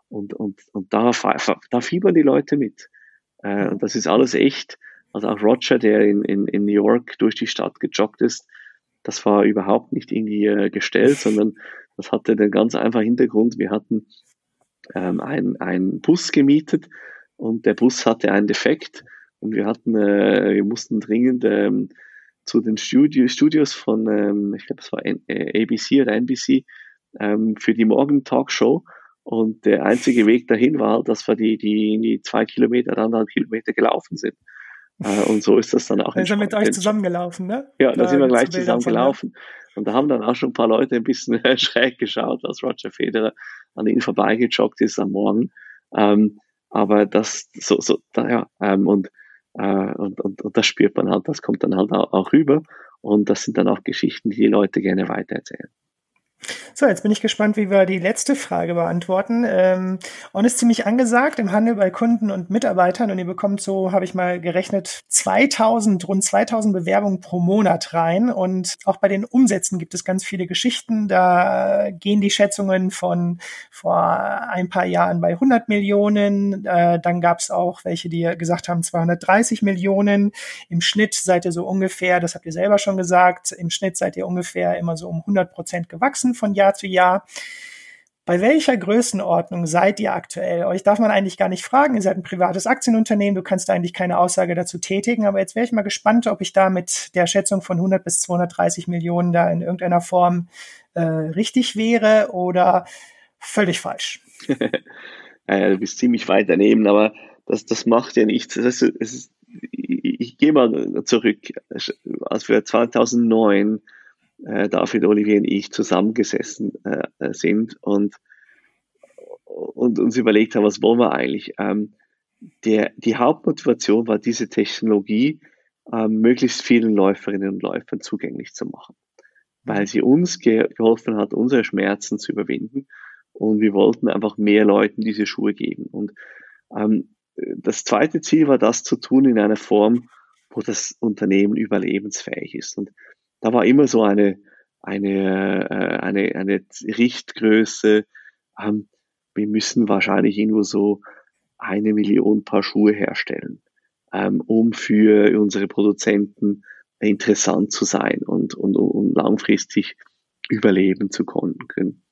Und, und, und da, da fiebern die Leute mit. Äh, und das ist alles echt. Also auch Roger, der in, in, in New York durch die Stadt gejoggt ist, das war überhaupt nicht irgendwie äh, gestellt, sondern das hatte den ganz einfachen Hintergrund. Wir hatten ähm, einen Bus gemietet und der Bus hatte einen Defekt und wir hatten, äh, wir mussten dringend ähm, zu den Studio, Studios von, ähm, ich glaube, es war N- äh, A B C oder N B C ähm, für die Morgen-Talkshow. Und der einzige Weg dahin war halt, dass wir die, die, die zwei Kilometer, anderthalb Kilometer gelaufen sind. Äh, und so ist das dann auch Da ist er mit entstanden. euch zusammengelaufen, ne? Ja, da, da sind wir gleich zusammen von, gelaufen. Ne? Und da haben dann auch schon ein paar Leute ein bisschen schräg geschaut, als Roger Federer an ihnen vorbeigejoggt ist am Morgen. Ähm, aber das, so, so, da, ja, ähm, und, äh, und, und, und das spürt man halt, das kommt dann halt auch, auch rüber. Und das sind dann auch Geschichten, die die Leute gerne weitererzählen. So, jetzt bin ich gespannt, wie wir die letzte Frage beantworten. Ähm, On ist ziemlich angesagt im Handel bei Kunden und Mitarbeitern und ihr bekommt so, habe ich mal gerechnet, zweitausend, rund zweitausend Bewerbungen pro Monat rein und auch bei den Umsätzen gibt es ganz viele Geschichten. Da gehen die Schätzungen von vor ein paar Jahren bei hundert Millionen. Äh, dann gab es auch welche, die gesagt haben zweihundertdreißig Millionen. Im Schnitt seid ihr so ungefähr, das habt ihr selber schon gesagt, im Schnitt seid ihr ungefähr immer so um hundert Prozent gewachsen von Jahr zu Jahr. Bei welcher Größenordnung seid ihr aktuell? Euch darf man eigentlich gar nicht fragen. Ihr seid ein privates Aktienunternehmen. Du kannst da eigentlich keine Aussage dazu tätigen. Aber jetzt wäre ich mal gespannt, ob ich da mit der Schätzung von hundert bis zweihundertdreißig Millionen da in irgendeiner Form äh, richtig wäre oder völlig falsch. Ja, du bist ziemlich weit daneben, aber das, das macht ja nichts. Das ist, es ist, ich, ich gehe mal zurück. Als wir zweitausendneun äh, David, Olivier und ich zusammengesessen äh, sind und, und uns überlegt haben, was wollen wir eigentlich. Ähm, der, die Hauptmotivation war, diese Technologie ähm, möglichst vielen Läuferinnen und Läufern zugänglich zu machen, weil sie uns ge- geholfen hat, unsere Schmerzen zu überwinden und wir wollten einfach mehr Leuten diese Schuhe geben. Und ähm, das zweite Ziel war, das zu tun in einer Form, wo das Unternehmen überlebensfähig ist. Und da war immer so eine, eine, äh, eine, eine Richtgröße. Ähm, wir müssen wahrscheinlich irgendwo so eine Million Paar Schuhe herstellen, ähm, um für unsere Produzenten interessant zu sein und, und, und langfristig überleben zu können.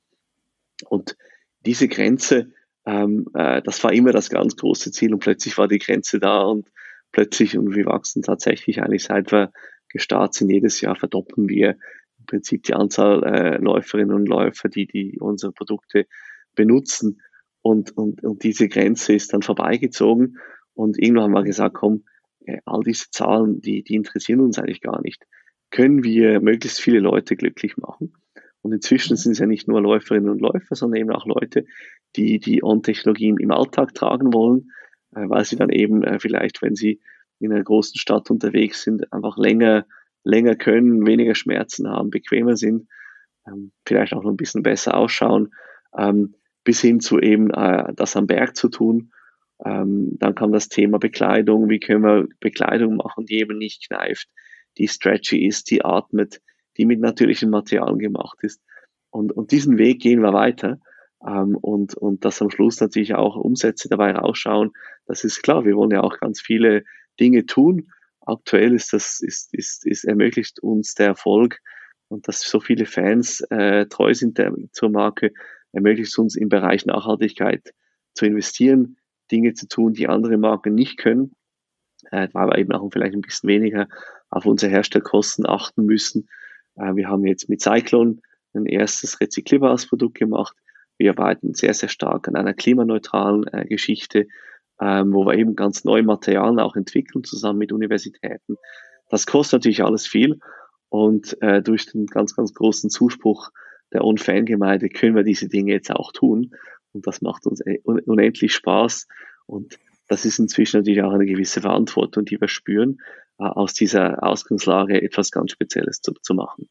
Und diese Grenze, ähm, äh, das war immer das ganz große Ziel und plötzlich war die Grenze da und plötzlich, und wir wachsen tatsächlich eigentlich, seit wir gestartet sind, jedes Jahr verdoppeln wir im Prinzip die Anzahl äh, Läuferinnen und Läufer, die, die unsere Produkte benutzen. Und, und, und diese Grenze ist dann vorbeigezogen. Und irgendwann haben wir gesagt, komm, äh, all diese Zahlen, die, die interessieren uns eigentlich gar nicht. Können wir möglichst viele Leute glücklich machen? Und inzwischen sind es ja nicht nur Läuferinnen und Läufer, sondern eben auch Leute, die die On-Technologie im Alltag tragen wollen, äh, weil sie dann eben äh, vielleicht, wenn sie in einer großen Stadt unterwegs sind, einfach länger, länger können, weniger Schmerzen haben, bequemer sind, ähm, vielleicht auch noch ein bisschen besser ausschauen, ähm, bis hin zu eben äh, das am Berg zu tun. Ähm, dann kam das Thema Bekleidung. Wie können wir Bekleidung machen, die eben nicht kneift, die stretchy ist, die atmet, die mit natürlichen Materialien gemacht ist. Und, und diesen Weg gehen wir weiter. Ähm, und, und dass am Schluss natürlich auch Umsätze dabei rausschauen, das ist klar. Wir wollen ja auch ganz viele Dinge tun. Aktuell ist das, ist, ist, ist ermöglicht uns der Erfolg und dass so viele Fans äh, treu sind der, zur Marke, ermöglicht uns im Bereich Nachhaltigkeit zu investieren, Dinge zu tun, die andere Marken nicht können, äh, weil wir eben auch vielleicht ein bisschen weniger auf unsere Herstellkosten achten müssen. Äh, wir haben jetzt mit Cyclone ein erstes rezyklierbares Produkt gemacht. Wir arbeiten sehr, sehr stark an einer klimaneutralen äh, Geschichte, ähm, wo wir eben ganz neue Materialien auch entwickeln, zusammen mit Universitäten. Das kostet natürlich alles viel und äh, durch den ganz, ganz großen Zuspruch der On-Fan-Gemeinde können wir diese Dinge jetzt auch tun und das macht uns un- unendlich Spaß und das ist inzwischen natürlich auch eine gewisse Verantwortung, die wir spüren, äh, aus dieser Ausgangslage etwas ganz Spezielles zu, zu machen.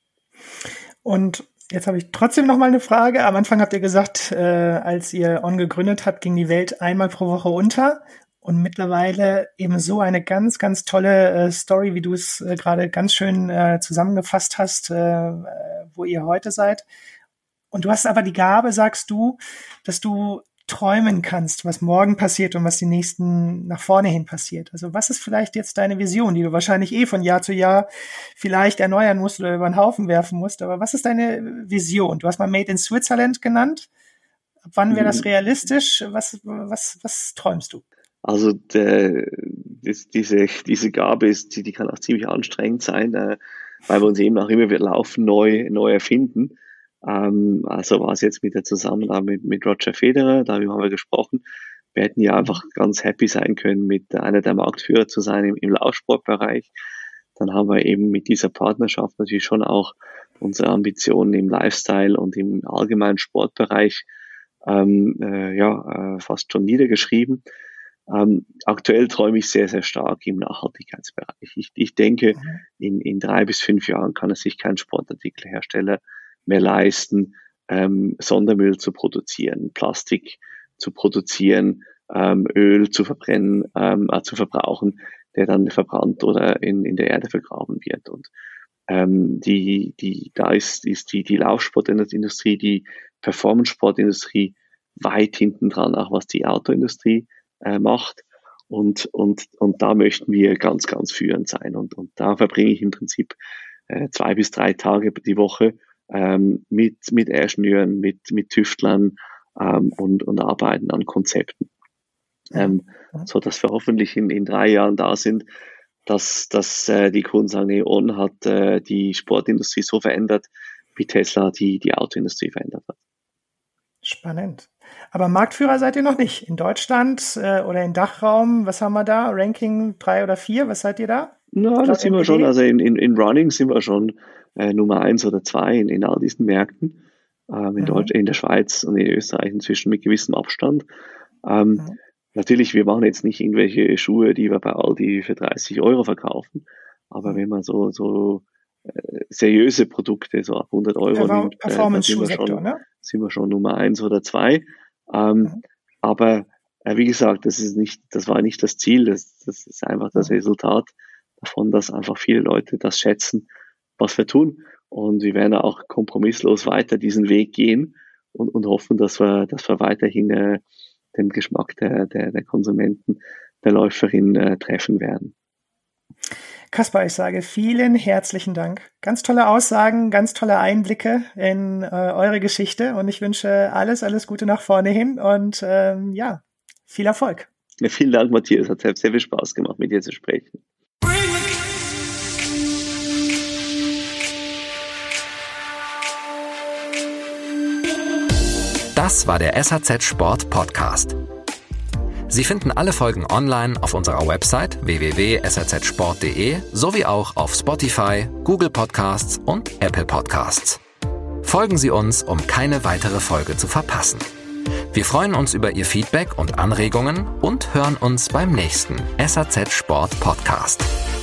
Und jetzt habe ich trotzdem noch mal eine Frage. Am Anfang habt ihr gesagt, äh, als ihr On gegründet habt, ging die Welt einmal pro Woche unter. Und mittlerweile eben so eine ganz, ganz tolle äh, Story, wie du es äh, gerade ganz schön äh, zusammengefasst hast, äh, wo ihr heute seid. Und du hast aber die Gabe, sagst du, dass du träumen kannst, was morgen passiert und was die nächsten nach vorne hin passiert. Also was ist vielleicht jetzt deine Vision, die du wahrscheinlich eh von Jahr zu Jahr vielleicht erneuern musst oder über den Haufen werfen musst, aber was ist deine Vision? Du hast mal Made in Switzerland genannt. Ab wann wäre das realistisch? Was, was, was träumst du? Also der, das, diese, diese Gabe ist, die, die kann auch ziemlich anstrengend sein, äh, weil wir uns eben auch immer wieder laufen, neu, neu erfinden. Ähm, also war es jetzt mit der Zusammenarbeit mit, mit Roger Federer, darüber haben wir gesprochen. Wir hätten ja einfach ganz happy sein können, mit einer der Marktführer zu sein im, im Laufsportbereich. Dann haben wir eben mit dieser Partnerschaft natürlich schon auch unsere Ambitionen im Lifestyle und im allgemeinen Sportbereich ähm, äh, ja, äh, fast schon niedergeschrieben. Ähm, aktuell träume ich sehr, sehr stark im Nachhaltigkeitsbereich. Ich, ich denke, in, in drei bis fünf Jahren kann es sich kein Sportartikelhersteller mehr leisten, ähm, Sondermüll zu produzieren, Plastik zu produzieren, ähm, Öl zu verbrennen, ähm, äh, zu verbrauchen, der dann verbrannt oder in, in der Erde vergraben wird. Und ähm, die, die, da ist, ist die, die Laufsportindustrie, die Performance-Sportindustrie weit hinten dran, auch was die Autoindustrie äh, macht. Und, und, und da möchten wir ganz, ganz führend sein. Und, und da verbringe ich im Prinzip äh, zwei bis drei Tage die Woche ähm, mit, mit Ingenieuren, mit, mit Tüftlern ähm, und, und arbeiten an Konzepten. Ähm, so dass wir hoffentlich in, in drei Jahren da sind, dass, dass äh, die Kunden sagen, nee, On hat äh, die Sportindustrie so verändert, wie Tesla die, die Autoindustrie verändert hat. Spannend. Aber Marktführer seid ihr noch nicht. In Deutschland äh, oder im Dachraum, was haben wir da? Ranking drei oder vier, was seid ihr da? Na, da sind wir schon, also in, in, in Running sind wir schon äh, Nummer eins oder zwei in, in all diesen Märkten. Ähm, in, mhm. Deutsch, in der Schweiz und in Österreich inzwischen mit gewissem Abstand. Ähm, mhm. Natürlich, wir machen jetzt nicht irgendwelche Schuhe, die wir bei Aldi für dreißig Euro verkaufen. Aber wenn man so, so äh, seriöse Produkte so ab hundert Euro Perform- nimmt, Performance-Schuhsektor, äh, sind, ne? sind wir schon Nummer eins oder zwei. Ähm, mhm. Aber äh, wie gesagt, das ist nicht, das war nicht das Ziel. Das, das ist einfach das mhm. Resultat davon, dass einfach viele Leute das schätzen, was wir tun. Und wir werden auch kompromisslos weiter diesen Weg gehen und, und hoffen, dass wir, dass wir weiterhin äh, den Geschmack der, der, der Konsumenten, der Läuferin äh, treffen werden. Kaspar, ich sage vielen herzlichen Dank. Ganz tolle Aussagen, ganz tolle Einblicke in äh, eure Geschichte und ich wünsche alles, alles Gute nach vorne hin und ähm, ja, viel Erfolg. Ja, vielen Dank, Matthias. Hat sehr, sehr viel Spaß gemacht, mit dir zu sprechen. Das war der S H Z Sport Podcast. Sie finden alle Folgen online auf unserer Website w w w punkt s h z sport punkt d e sowie auch auf Spotify, Google Podcasts und Apple Podcasts. Folgen Sie uns, um keine weitere Folge zu verpassen. Wir freuen uns über Ihr Feedback und Anregungen und hören uns beim nächsten S H Z Sport Podcast.